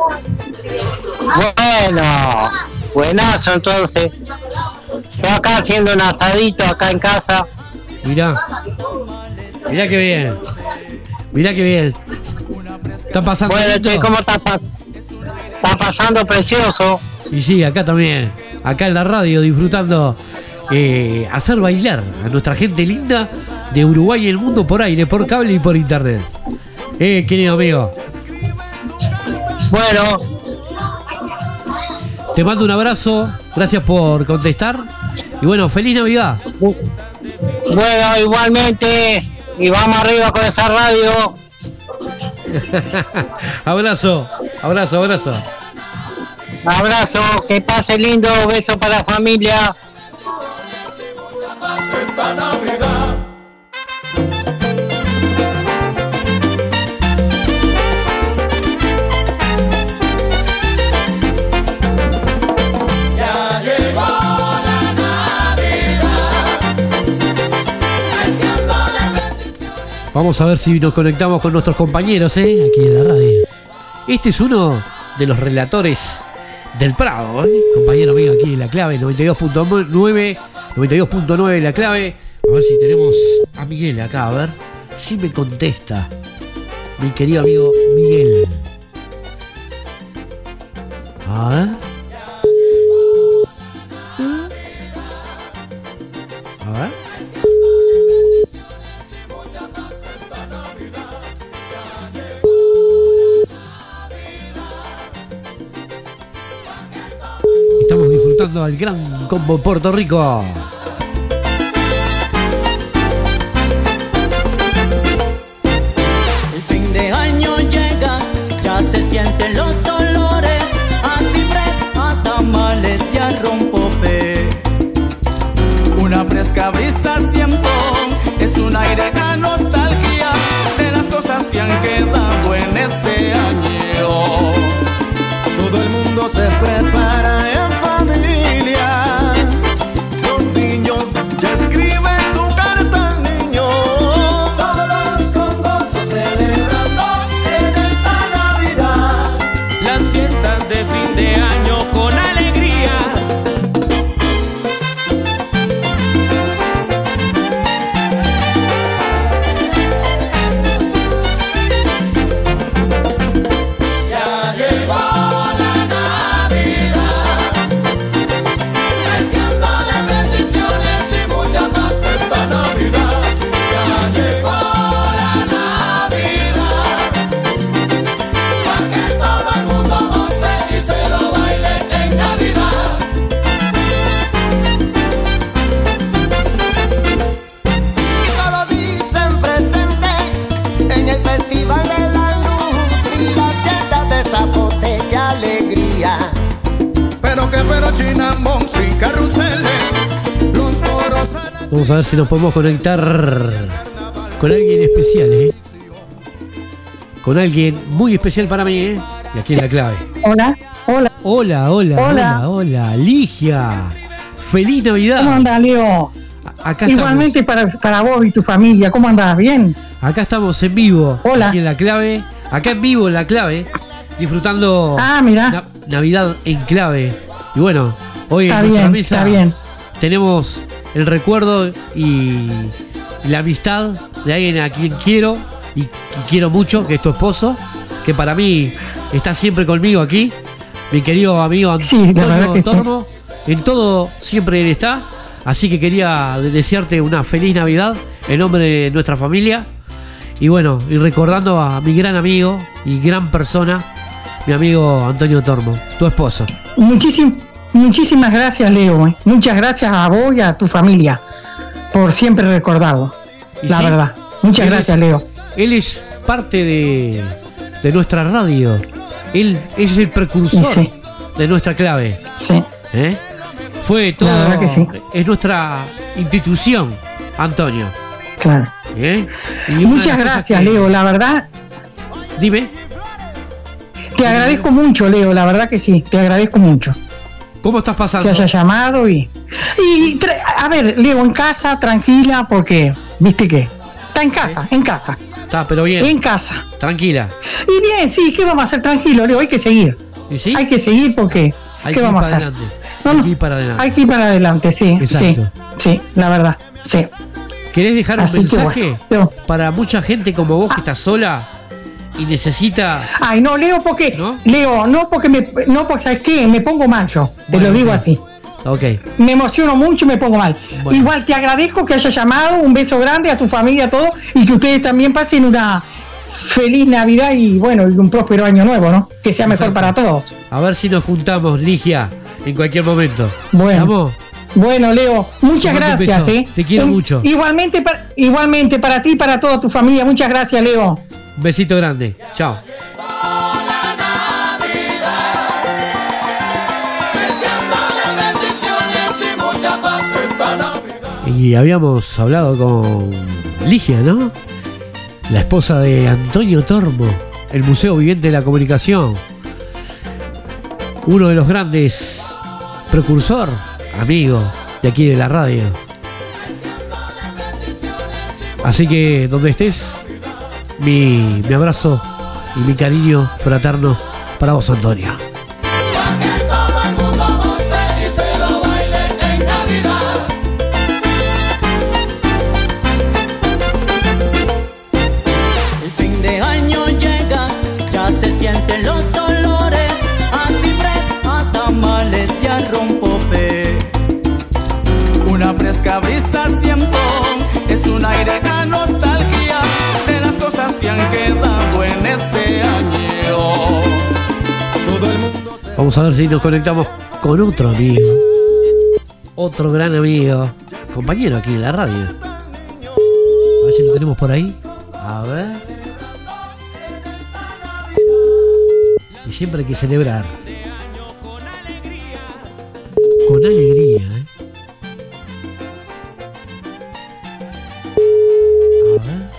Bueno, buenazo entonces. Yo acá haciendo un asadito acá en casa. Mirá. Mirá que bien. Mirá que bien. Está pasando. Bueno, che, ¿cómo está, pa- está pasando precioso? Y sí, acá también. Acá en la radio disfrutando eh, hacer bailar a nuestra gente linda de Uruguay y el mundo por aire, por cable y por internet. Eh, querido amigo. Bueno. Te mando un abrazo. Gracias por contestar. Y bueno, feliz Navidad. Bueno, igualmente. Y vamos arriba con esa radio. Abrazo, abrazo, abrazo. Abrazo, que pase lindo, beso para la familia. Esta Navidad. Ya llegó la Navidad. Deseándole bendiciones. Vamos a ver si nos conectamos con nuestros compañeros, ¿eh? Aquí en la radio. Este es uno de los relatores del Prado, ¿eh? Compañero mío aquí en La Clave, noventa y dos punto nueve, noventa y dos punto nueve La Clave. A ver si tenemos a Miguel acá, a ver si me contesta. Mi querido amigo Miguel. A ver. A ver. Estamos disfrutando al gran combo Puerto Rico. El fin de año llega, ya se sienten los olores a ciprés, a tamales y a rompope. Una fresca brisa siento, es un aire a nostalgia de las cosas que han quedado en este año. Todo el mundo se prepara en familia, los niños ya escriben su carta al niño. Todos con gozo celebrando en esta Navidad. Las fiestas de fin de año con alegría. Ya llegó la Navidad. Deseándole bendiciones y mucha paz esta Navidad. Ya llegó la Navidad. Pa' que todo el mundo goce y se lo baile en Navidad. Y todos dicen presente en el festival de la luz y las fiestas de zapote y alegría. Pero que pero chinamón sin carruseles, los toros a la Vamos a ver si nos podemos conectar con alguien especial, ¿eh? Con alguien muy especial para mí, ¿eh? Y aquí en La Clave. Hola, hola. Hola, hola, Hola. hola, hola, Ligia. Feliz Navidad. ¿Cómo andás, Leo? A- Acá Igualmente para, para vos y tu familia. ¿Cómo andás? ¿Bien? Acá estamos en vivo. Hola. Aquí en La Clave. Acá en vivo en La Clave. Disfrutando Ah, mirá. Na- Navidad en clave. Y bueno, hoy Está en nuestra bien, mesa está bien. tenemos el recuerdo y la amistad de alguien a quien quiero y, y quiero mucho, que es tu esposo, que para mí está siempre conmigo aquí. Mi querido amigo Sí, la verdad Antonio que sí. Tormo. En todo siempre él está. Así que quería desearte una feliz Navidad en nombre de nuestra familia. Y bueno, y recordando a mi gran amigo y gran persona, mi amigo Antonio Tormo, tu esposo. Muchísim, muchísimas gracias, Leo. eh. Muchas gracias a vos y a tu familia por siempre recordarlo. ¿Y La sí? verdad. Muchas Él gracias, es- Leo. Él es parte de, de nuestra radio. Él es el precursor Sí. de nuestra clave. Sí. ¿Eh? Fue todo. La verdad que sí. Es nuestra institución, Antonio. Claro. ¿Eh? Y una de Muchas las cosas gracias, que- Leo. La verdad, Dime, te agradezco mucho, Leo. La verdad que sí. Te agradezco mucho ¿cómo estás pasando? que hayas llamado y. Y tra- a ver, Leo, en casa, tranquila, porque, ¿viste qué? Está en casa, en casa. Está, pero bien. En casa. Tranquila. Y bien, sí, ¿qué vamos a hacer? Tranquilo, Leo, hay que seguir. ¿Y sí? Hay que seguir porque. Hay ¿Qué que ir vamos a para hacer? adelante. No, Hay no, que ir para adelante. Hay que ir para adelante, sí, Exacto. sí, sí, la verdad, sí. ¿Querés dejar un Así que mensaje bueno, para mucha gente como vos que está sola y necesita... Ay, no, Leo, porque, Leo, no porque me, no porque, ¿sabes qué? Me pongo mal yo, te Bueno, lo digo ok. así. Ok. Me emociono mucho y me pongo mal. Bueno. Igual te agradezco que hayas llamado, un beso grande a tu familia, a todo, y que ustedes también pasen una feliz Navidad y bueno, y un próspero año nuevo, ¿no? Que sea mejor para todos. A ver si nos juntamos, Ligia, en cualquier momento. Bueno. ¿Estamos? Bueno, Leo, muchas Te mando un gracias, beso. ¿eh? Te quiero Un- mucho. Igualmente, para, igualmente para ti y para toda tu familia. Muchas gracias, Leo. Un besito grande. Chao. Bendiciones y mucha paz esta Navidad. Y habíamos hablado con Ligia, ¿no? La esposa de Antonio Tormo, el Museo Viviente de la Comunicación. Uno de los grandes precursor, amigo de aquí de la radio. Así que donde estés, mi, mi abrazo y mi cariño fraterno para vos, Antonio. Todo el mundo goce y se lo baile en Navidad. El fin de año llega, ya se sienten los olores a ciprés, a tamales y a rompope. Una fresca brisa siento, es un aire a nostalgia de las cosas que han quedado en este año. Todo el mundo se... Vamos a ver si nos conectamos con otro amigo. Otro gran amigo. Compañero aquí de la radio. A ver si lo tenemos por ahí. A ver. Y siempre hay que celebrar. Con alegría, ¿eh? A ver.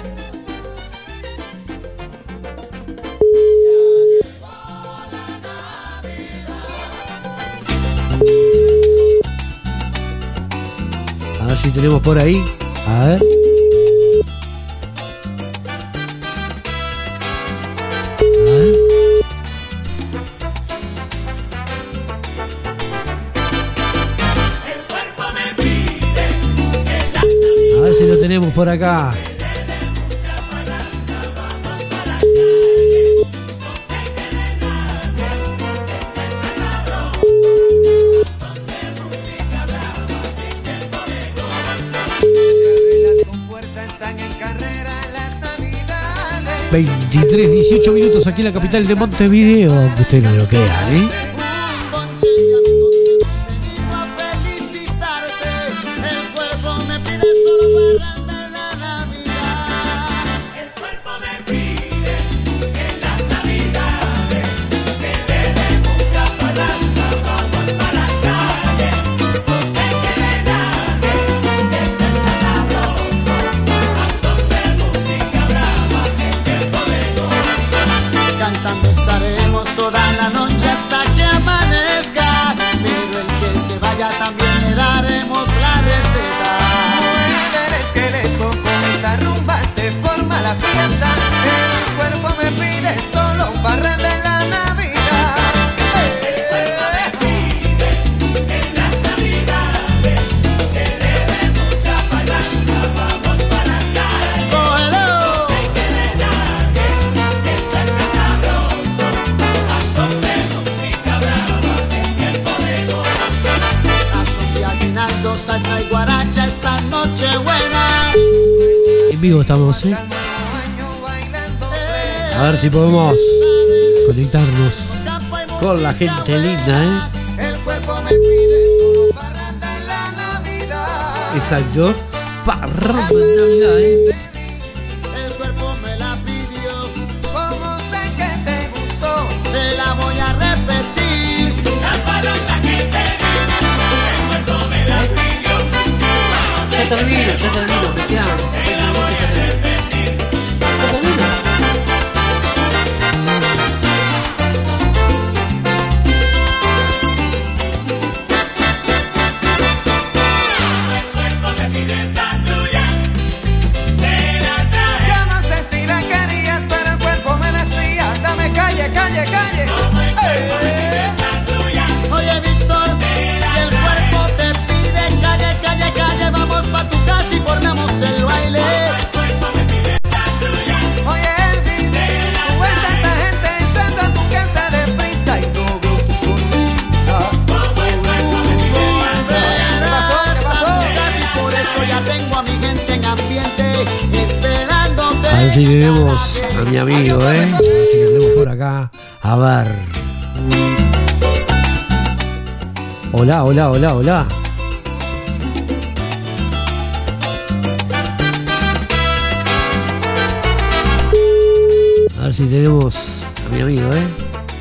A ver si tenemos por ahí. A ver. A ver. A ver si lo tenemos por acá. veintitrés, dieciocho minutos aquí en la capital de Montevideo, aunque ustedes no lo crean, ¿eh? El cuerpo me pide solo parranda en la Navidad. El cuerpo me pide en las Navidades que le dé mucha parranda, vamos para la calle. No sé qué le dame, siempre está sabroso. A son de música brava, el tiempo de gozo. Cantando estaremos toda la noche hasta que amanezca. Pero el que se vaya también le daremos la receta. Mueve el esqueleto con esta rumba se forma la fiesta. El cuerpo me pide solo un parranda en la Navidad. El cuerpo me pide en las Navidades que le dé mucha parranda, vamos para la calle. ¡Cógelo! No sé qué le dame, siempre está sabroso. A son de música brava, el tiempo de gozo. A son de aguinaldo, salsa y guaracha esta noche buena. En vivo estamos, ¿eh? A ver si podemos conectarnos con la gente linda, ¿eh? El cuerpo me pide solo parranda en la Navidad. Exacto. Parranda en Navidad, ¿eh? El cuerpo me la pidió. Como sé que te gustó, te la voy a repetir. La parranda que te di, el cuerpo me la pidió. Ya termino, ya termino, me quedan. Te la voy a repetir. Ya termino. Calle, calle. Eh. Oye, Víctor, si el cuerpo te pide calle, calle, calle, vamos pa' tu casa y formamos el baile. Oye, Elvis, tú ves tanta gente entrando a tu casa deprisa y luego tu sonrisa. ¿Qué pasó? ¿Qué pasó? Casi por eso ya tengo a mi gente en ambiente esperándote. A ver si tenemos a mi amigo, ¿eh? A ver si tenemos por acá. A ver. Hola, hola, hola, hola. A ver si tenemos a mi amigo, ¿eh?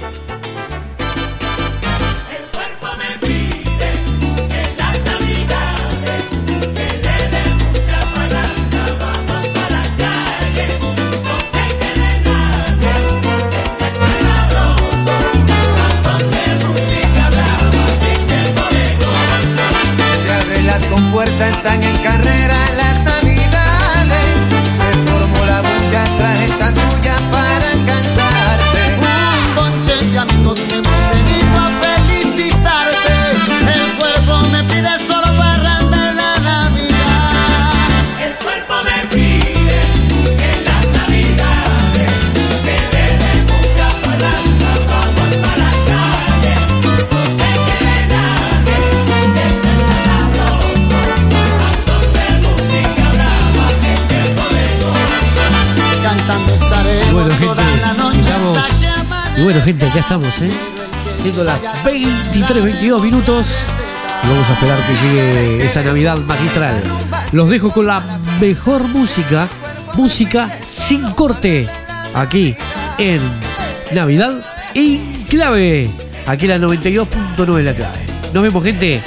Están en carrera las navidades. Se formó la bulla, traje esta tuya para cantarte. Un bonche de amigos que hemos venido a felicitarte. El cuerpo me pide solo parranda en la Navidad. El cuerpo me pide en las navidades que le dé mucha parranda. Vamos para la calle, no sé qué le nadie. Y bueno, gente, estamos, y bueno, gente, acá estamos, ¿eh? Siendo las veintitrés veintidós minutos. Y vamos a esperar que llegue esa Navidad magistral. Los dejo con la mejor música, música sin corte, aquí en Navidad en Clave. Aquí en la noventa y dos punto nueve La Clave. Nos vemos, gente.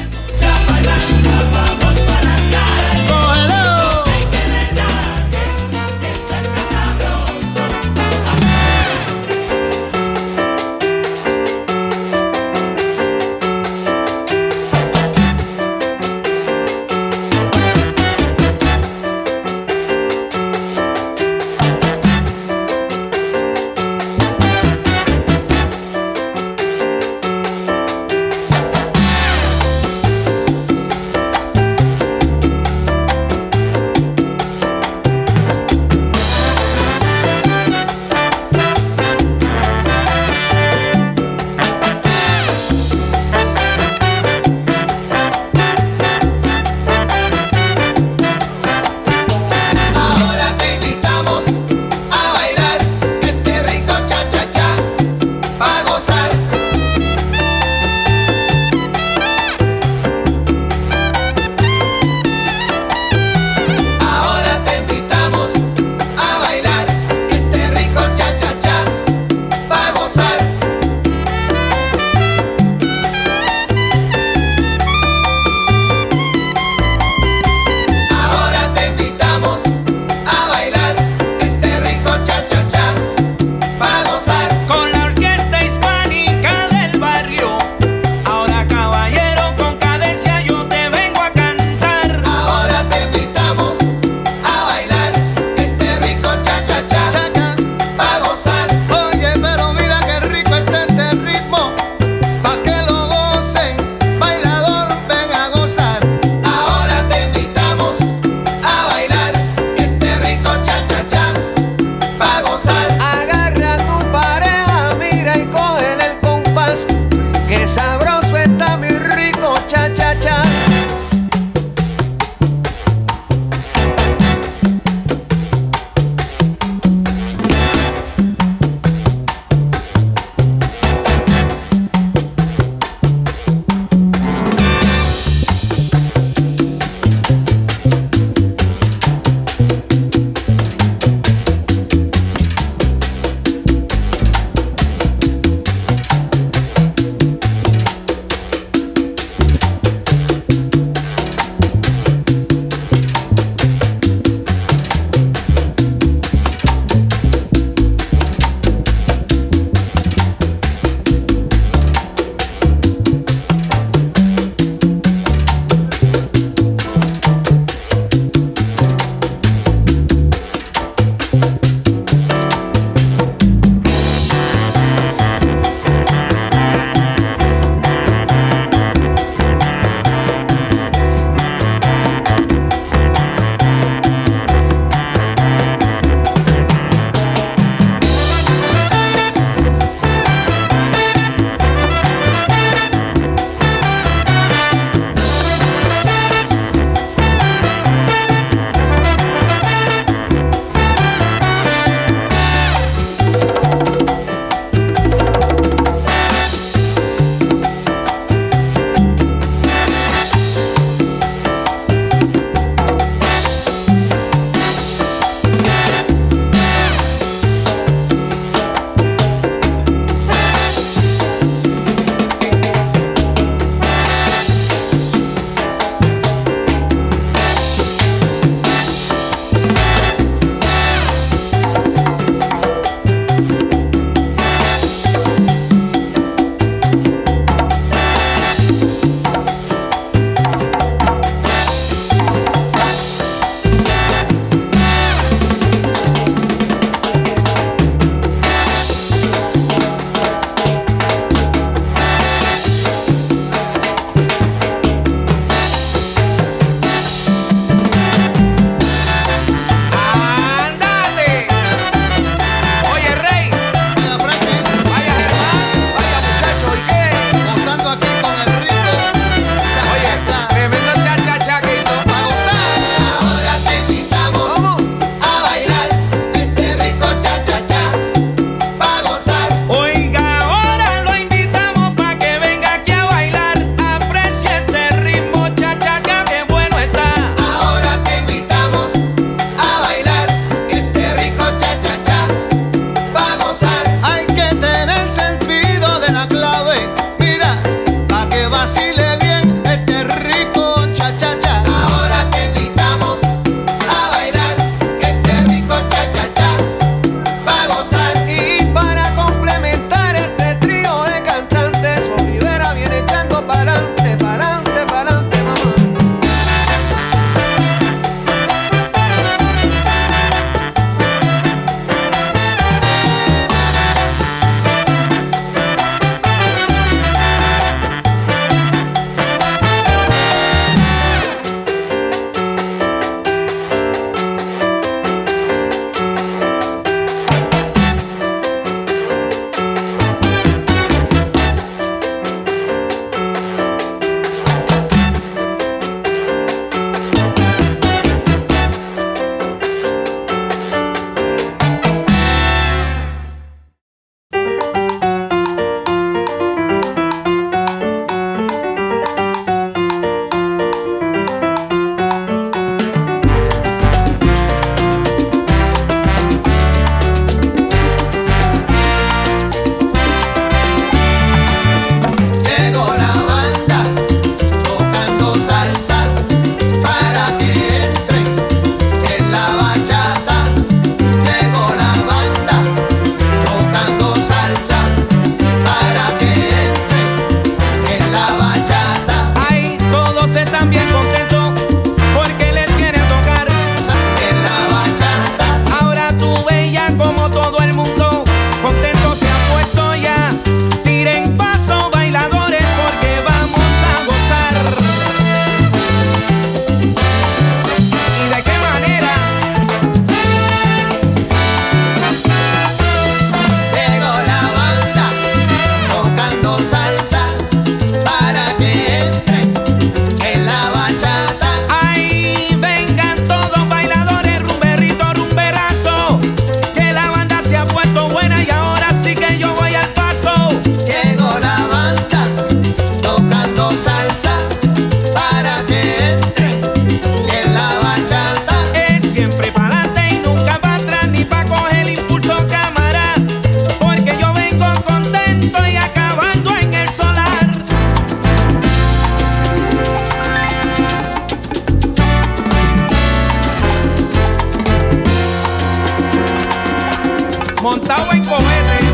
montado en cohete.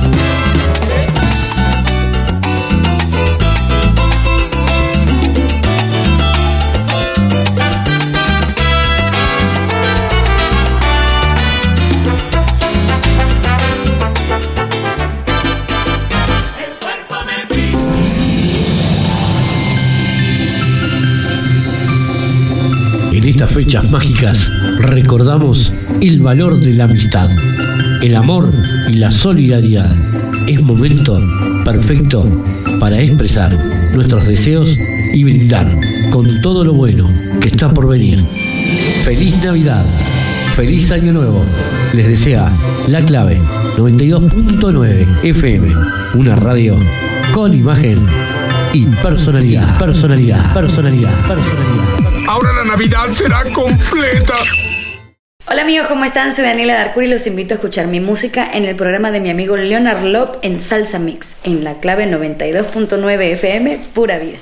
En estas fechas mágicas recordamos el valor de la amistad, el amor y la solidaridad. Es momento perfecto para expresar nuestros deseos y brindar con todo lo bueno que está por venir. ¡Feliz Navidad! ¡Feliz Año Nuevo! Les desea La Clave noventa y dos punto nueve F M, una radio con imagen y personalidad, personalidad, personalidad, personalidad. Ahora la Navidad será completa. Hola amigos, ¿cómo están? Soy Daniela Darcuri y los invito a escuchar mi música en el programa de mi amigo Leonard Lop en Salsa Mix, en La Clave noventa y dos punto nueve F M, pura vida.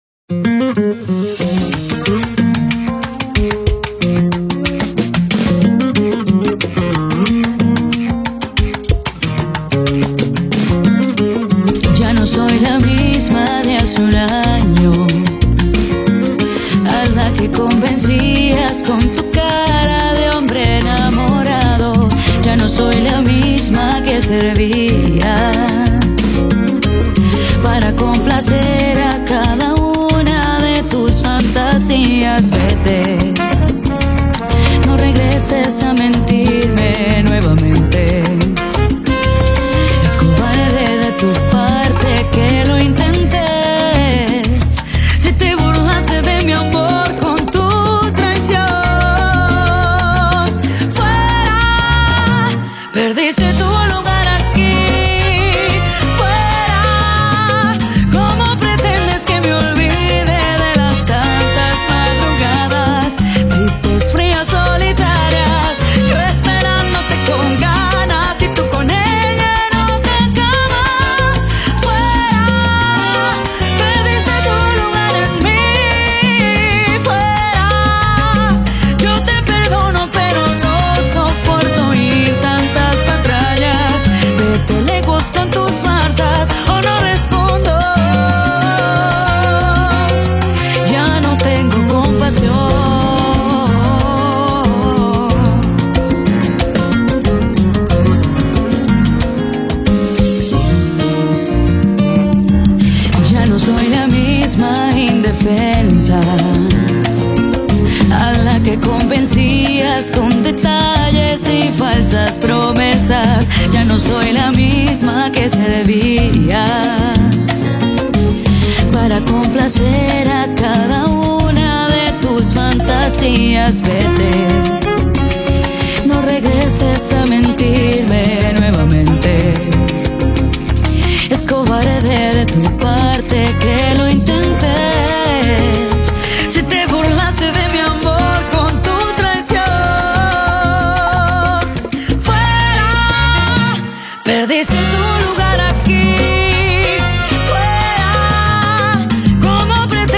Ya no soy la misma de hace un año, a la que convencías con tu cara de hombre enamorado. Ya no soy la misma que servía para complacer a cada una de tus fantasías. Vete, no regreses a mentirme nuevamente. Es cobarde de tu parte que lo intentes. Si te burlaste de mi amor con tu traición, fuera, perdiste tu lugar aquí. Fuera, ¿cómo pretendes que me olvide de las tantas madrugadas tristes, frías, solitarias? Yo esperándote con ganas y tú con ella en otra cama. Fuera, perdiste tu lugar en mí. Fuera, yo te perdono pero no soporto oír tantas patrañas. Vete lejos con tus farsas o no respondo. Ya no tengo compasión. Ya no soy la misma indefensa a la que convencías con detalles y falsas promesas. Ya no soy la misma que servía para complacer a cada una de tus fantasías. Vete, no regreses a mentirme nuevamente. Es cobarde de tu parte que lo intentes. Si te burlaste de mi amor con tu traición, fuera, perdiste tu lugar aquí. Fuera, ¿cómo pretendes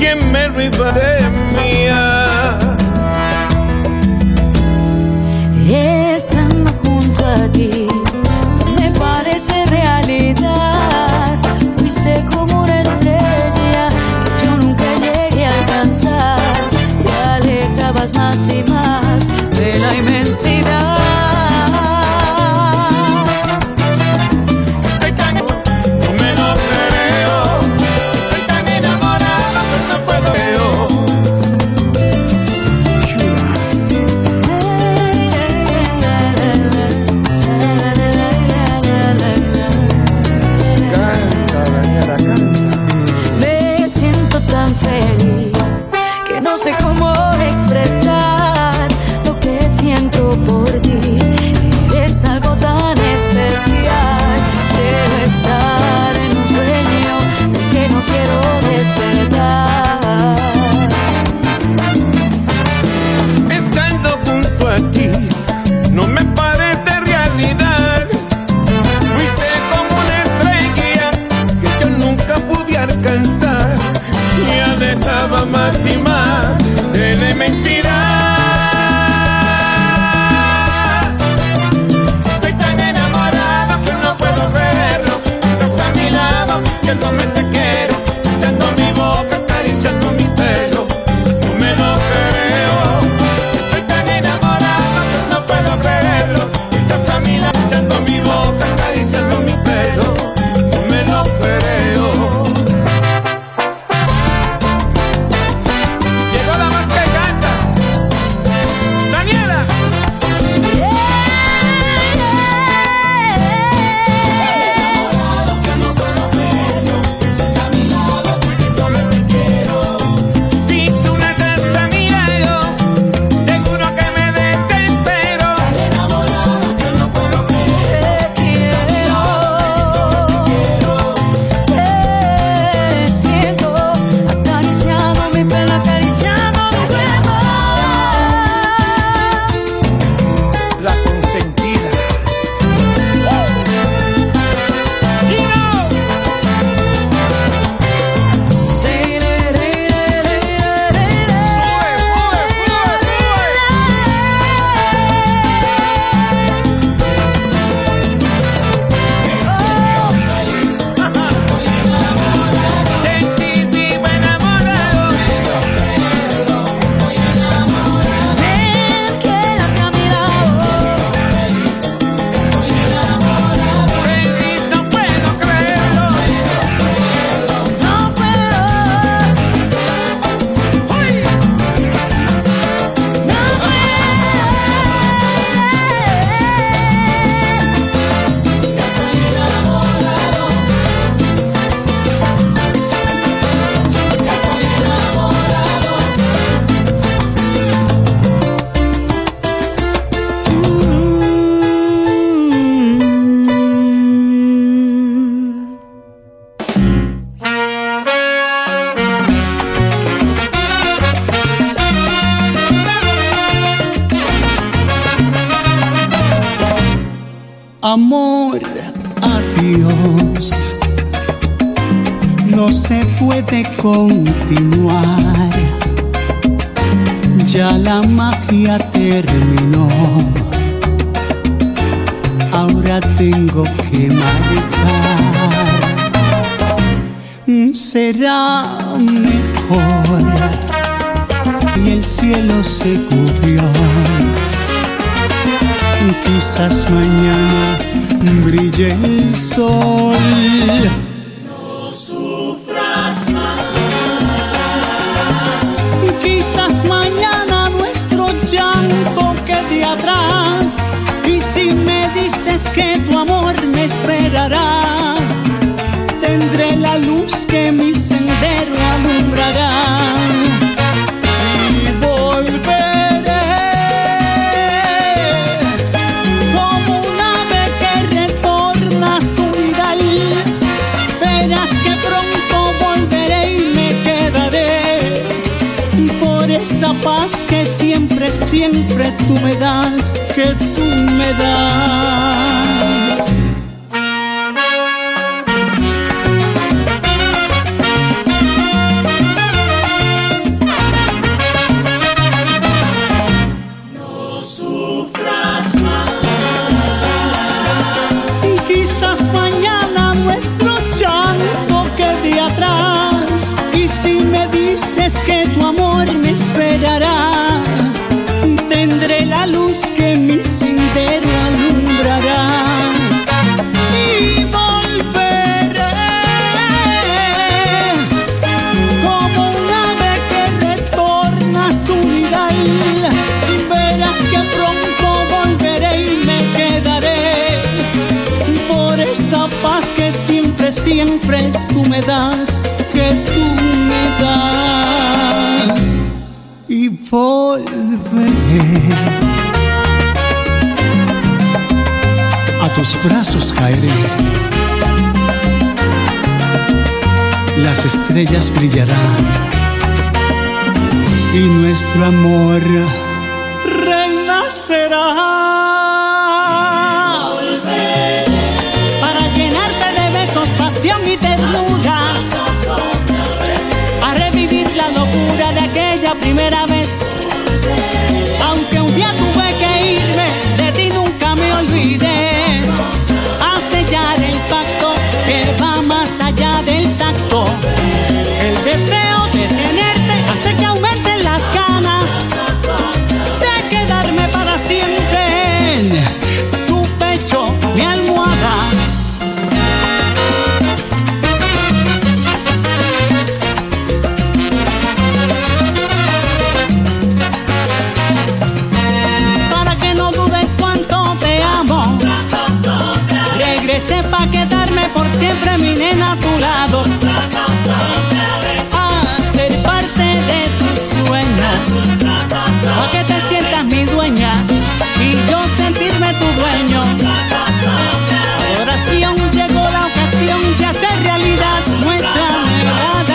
quien me riva de mía. Estando junto a ti, me parece realidad. Fuiste como una estrella que yo nunca llegué a alcanzar. Te alejabas más y más de la inmensidad. Estoy tan, no me lo creo. Estoy tan enamorado que no puedo ver. Me siento tan feliz que no sé cómo expresar lo que siento por ti. Eres algo tan especial. Quiero estar en un sueño del que no quiero despertar. Estando junto a ti, no me parece realidad. Fuiste como una estrella que yo nunca pude alcanzar. Me alejaba más y más de la inmensidad. Estoy tan enamorado que no puedo verlo. Estás a mi lado diciéndome te quiero, besando mi boca, acariciando mi pelo. No me lo creo. Estoy tan enamorado que no puedo verlo. Estás a mi lado diciendo mi boca, acariciando mi pelo. No me lo creo. Llegó la más que canta, Daniela. Si tú no estás a mi lado, seguro que me desespero. Te siento acariciando mi pelo, acariciando mi cuerpo. La consentida. Amor, adiós. No se puede continuar. Ya la magia terminó. Ahora tengo que marchar. Será mejor. Y el cielo se cubrió. Quizás mañana brille el sol. No sufras más. Quizás mañana nuestro llanto quede atrás. Y si me dices que tu amor me esperará, tendré la luz que mi sendero alumbrará. Y volveré como un ave que retorna a su nidal. Verás que pronto volveré y me quedaré por esa paz que siempre, siempre tú me das, que tú me das. siempre tú me das, que tú me das. Y volveré, a tus brazos caeré, las estrellas brillarán y nuestro amor renacerá. Para llenarte de besos, pasión y ternura, a revivir la locura de aquella primera vez. Aunque un día tuve que irme, de ti nunca me olvidé. A sellar el pacto que va más allá del tacto. El deseo de tenerte hace que aumenten las ganas de quedarme para siempre en tu pecho, mi almohada. Para que no dudes cuánto te amo, regresé pa' quedarme por siempre, mi nena, a tu lado. A ser parte de tus sueños, pa' que te sientas mi dueña y yo sentirme tu dueño. Oración, llegó la ocasión de hacer realidad nuestra anhelada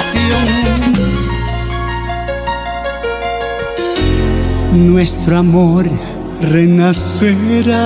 ilusión. Nuestro amor renacerá.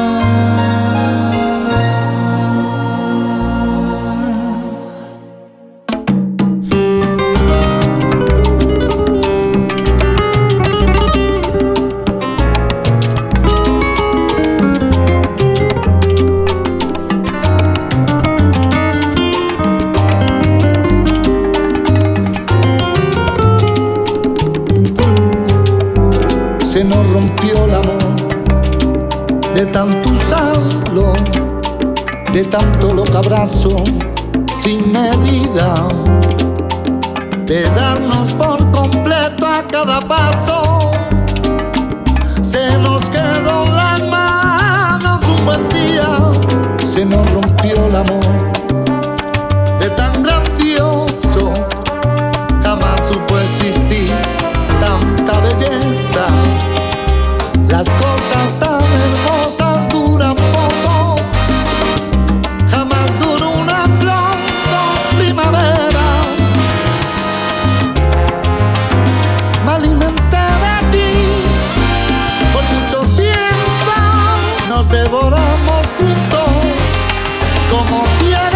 Se nos rompió el amor de tanto usarlo, de tanto loco abrazo sin medida, de darnos por completo a cada paso. Se nos quedó en las manos un buen día, se nos rompió el amor de tan grandioso, jamás supo existir tanta belleza. Las cosas tan hermosas duran poco, jamás duró una flor, dos primavera. Me alimenté de ti por mucho tiempo, nos devoramos juntos como fieras.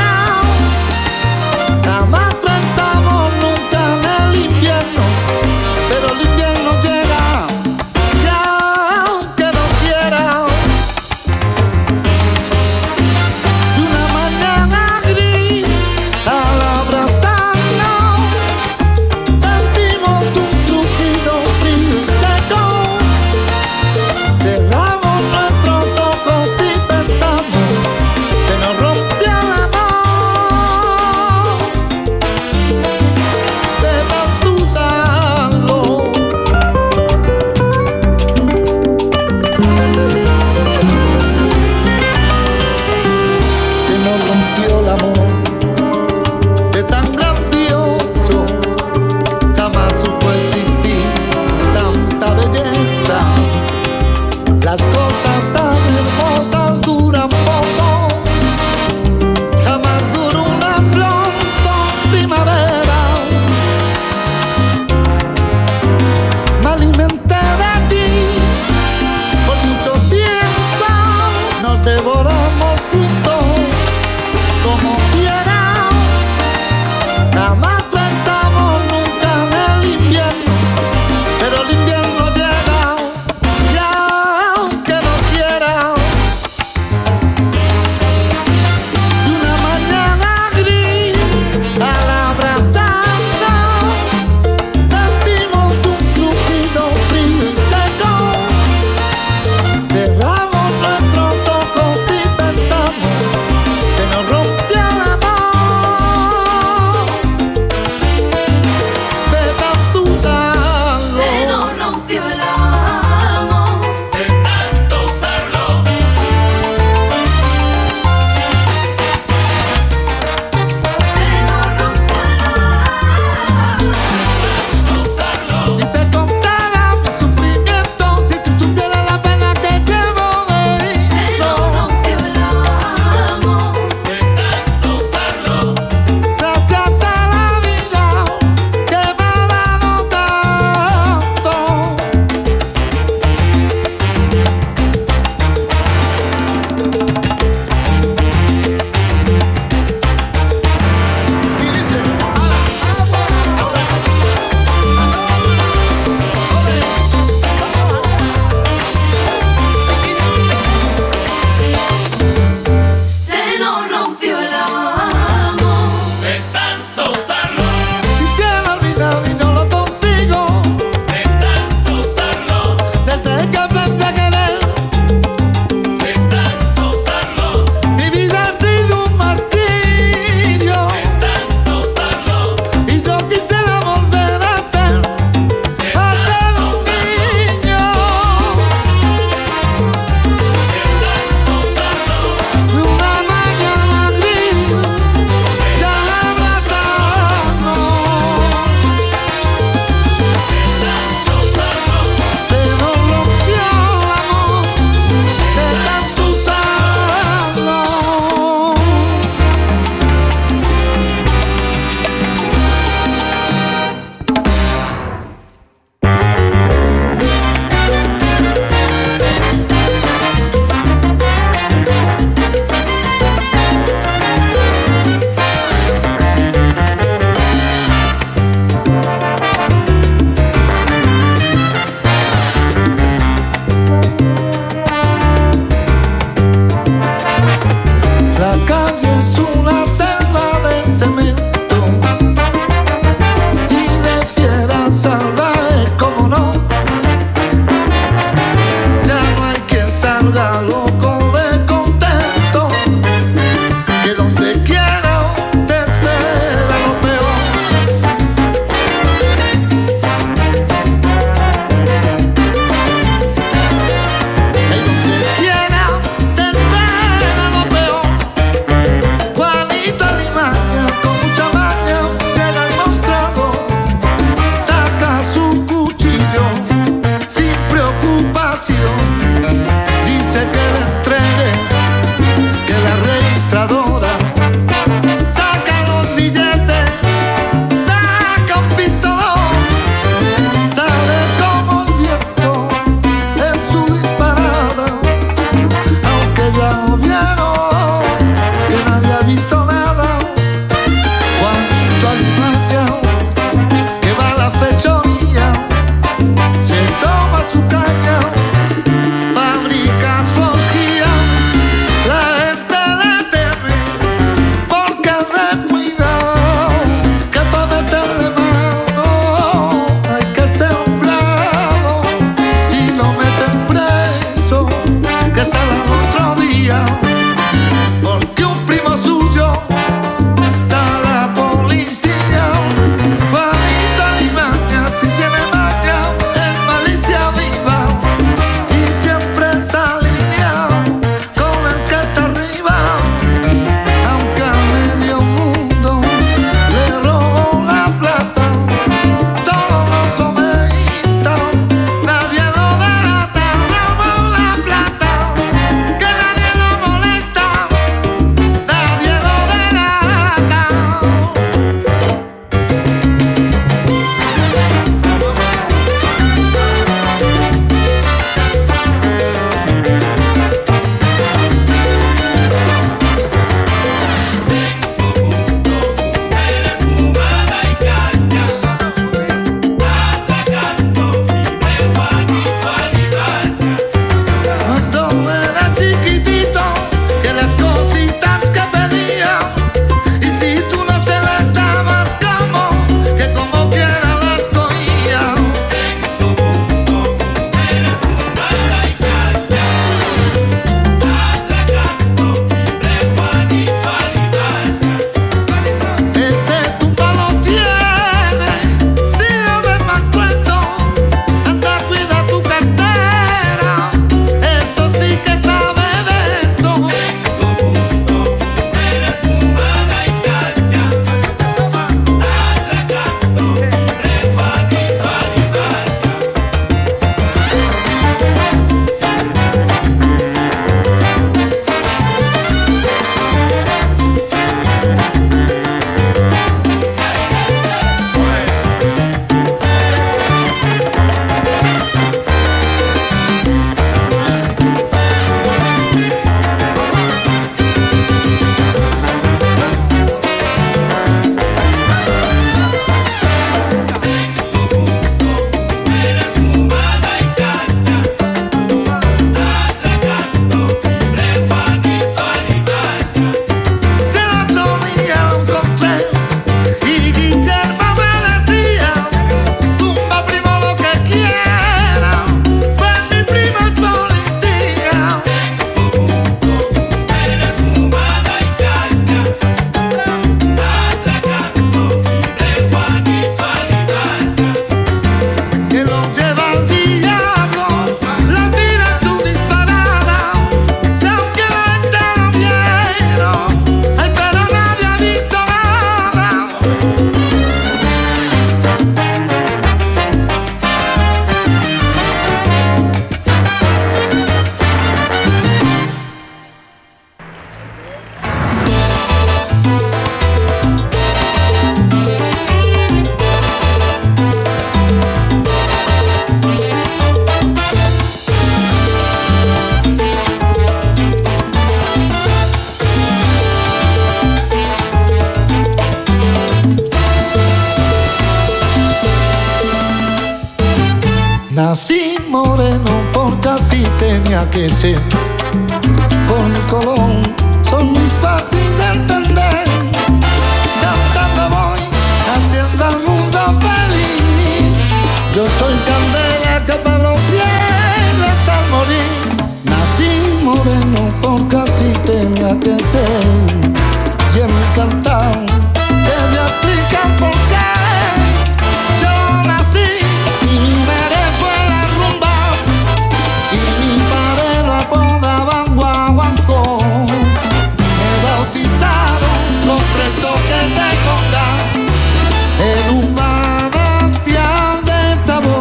que ser. Por mi color son muy fácil de entender. Cantando voy haciendo el mundo feliz. Yo soy candela que para los pies hasta morir. Nací moreno porque así tenía que ser. Y en mi cantar te voy a explicar por qué. Yo nací y mi madre fue la rumba y mi padre lo apodaban guaguancó. Me bautizaron con tres toques de conga en un manantial de sabor.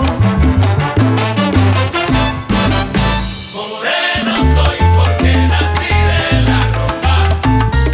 Moreno soy porque nací de la rumba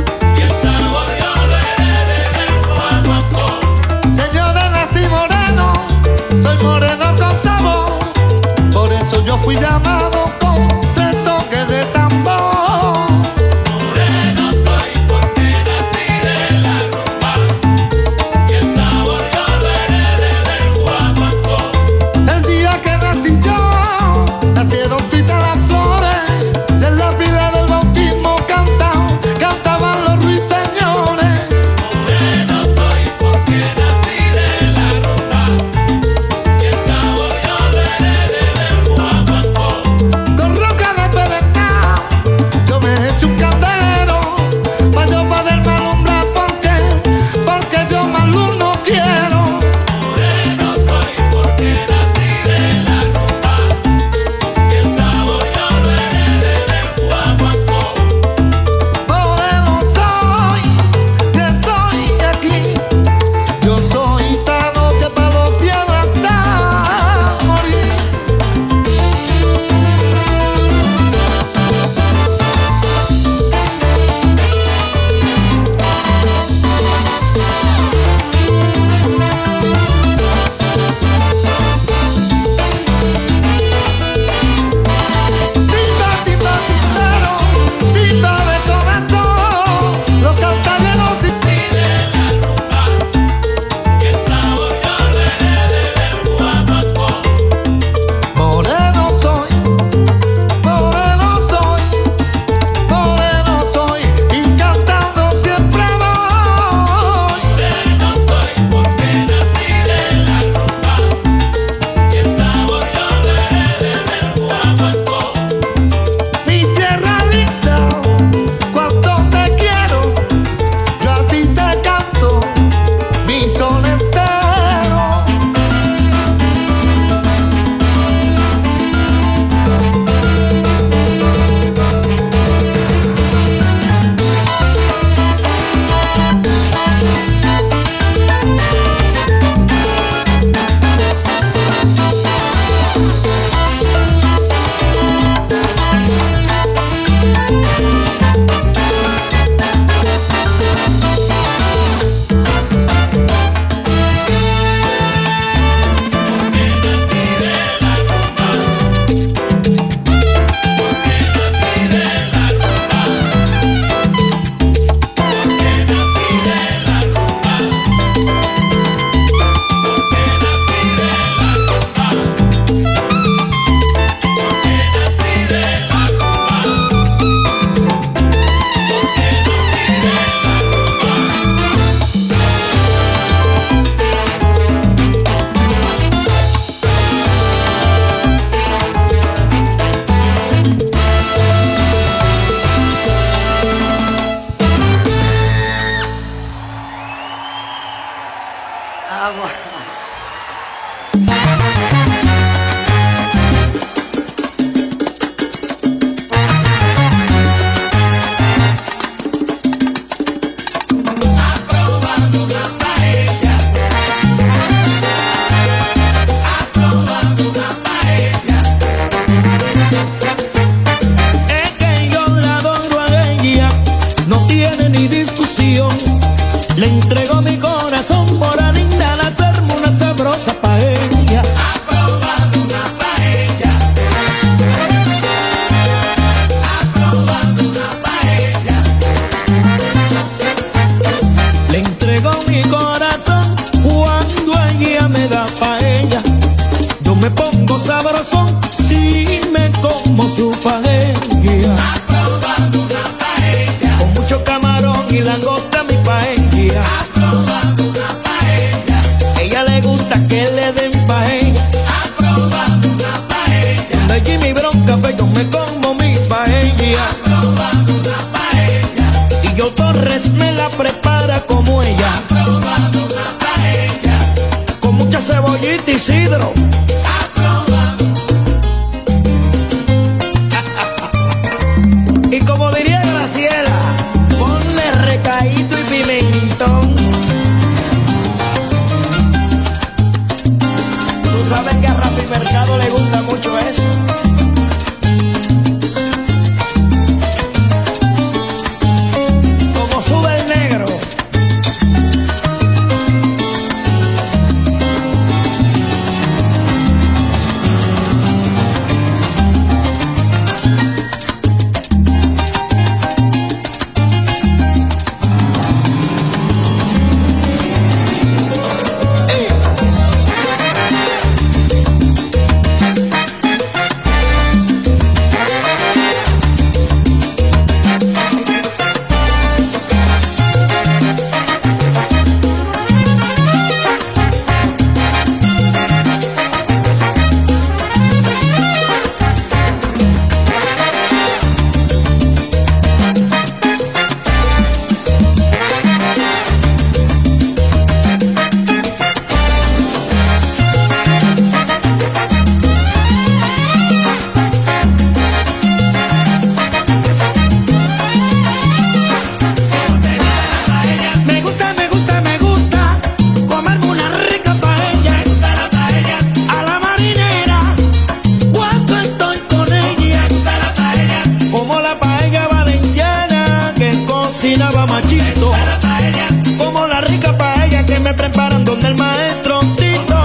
la paella valenciana que cocinaba Machito, como la rica paella que me preparan donde el maestro Tito.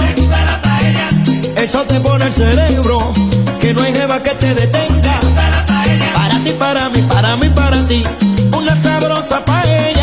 Eso te pone el cerebro, que no hay jeva que te detenga. Para ti, para mí, para mí, para ti, una sabrosa paella.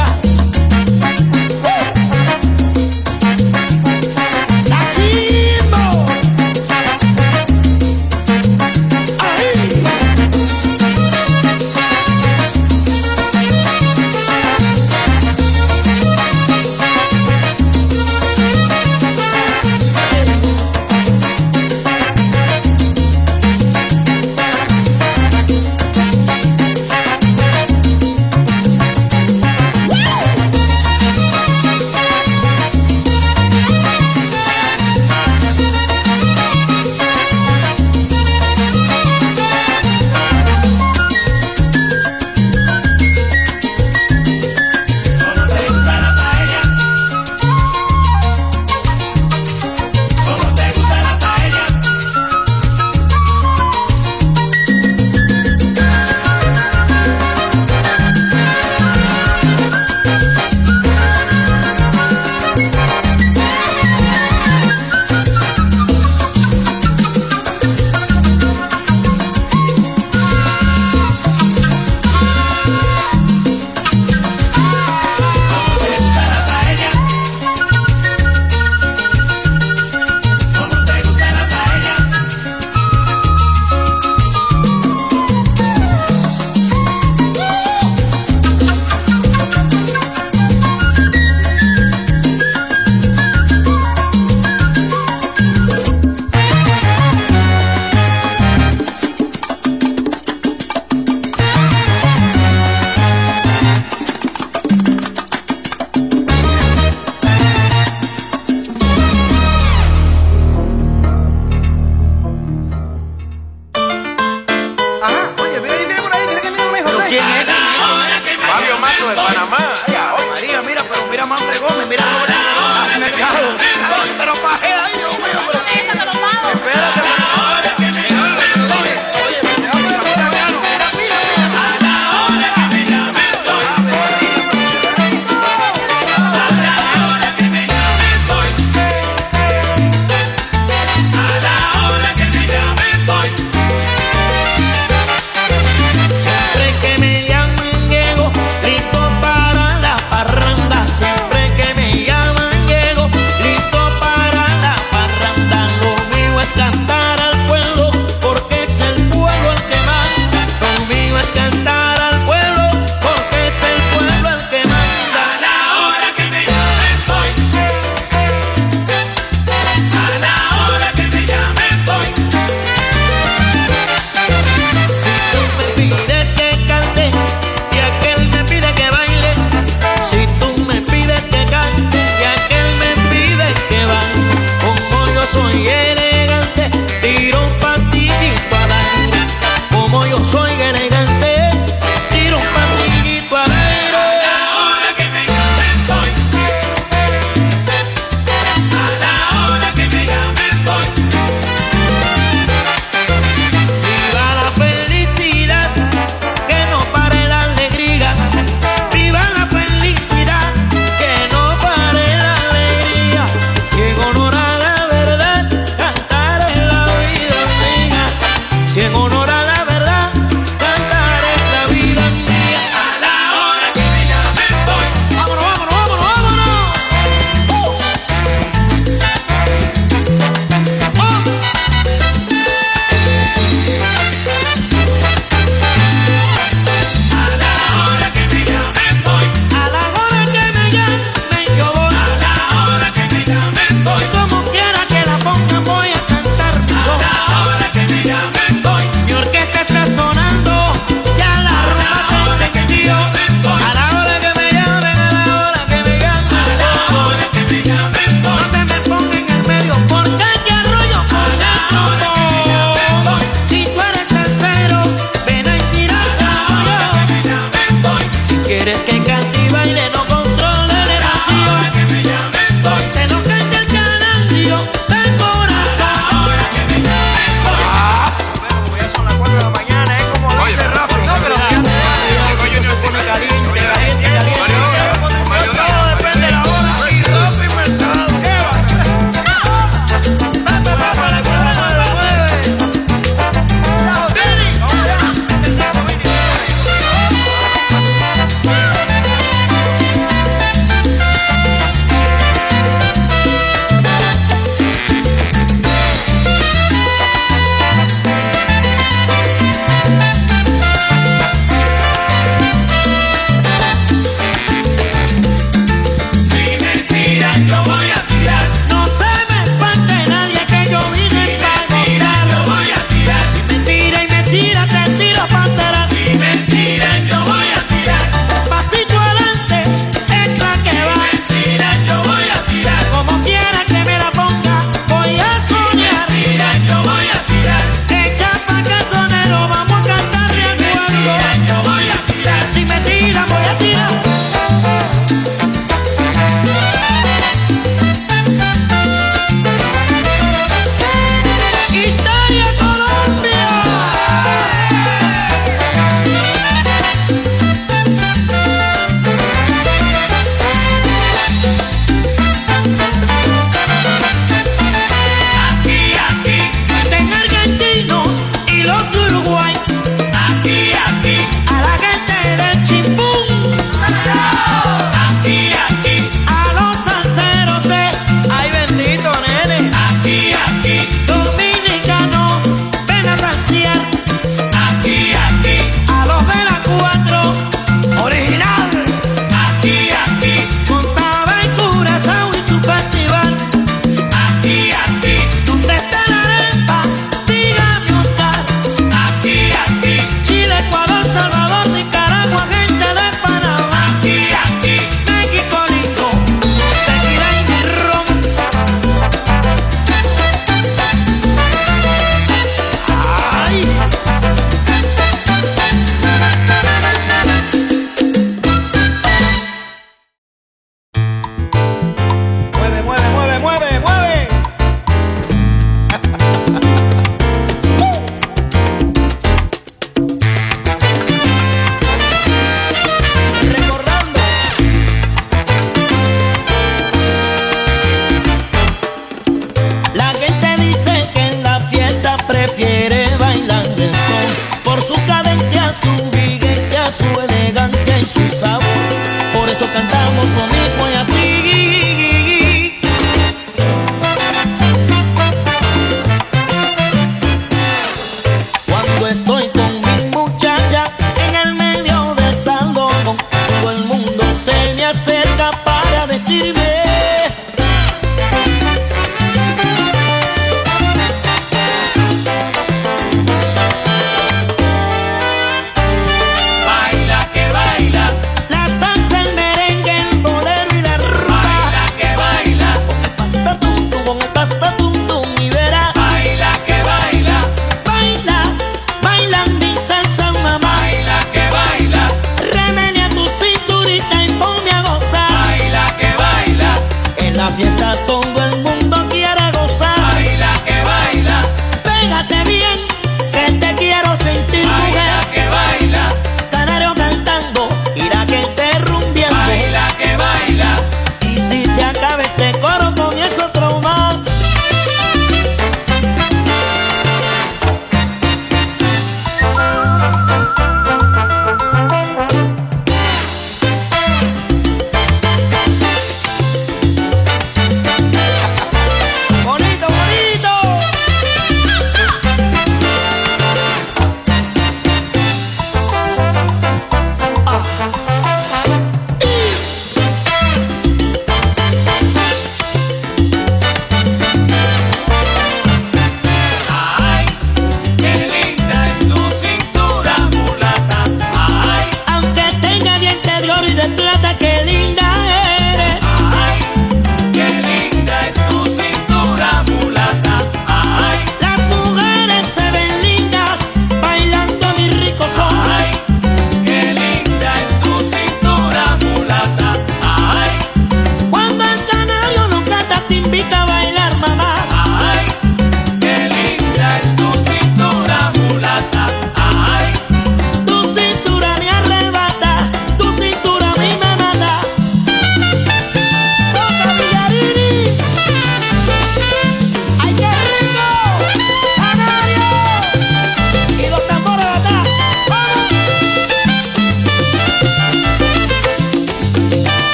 quieres que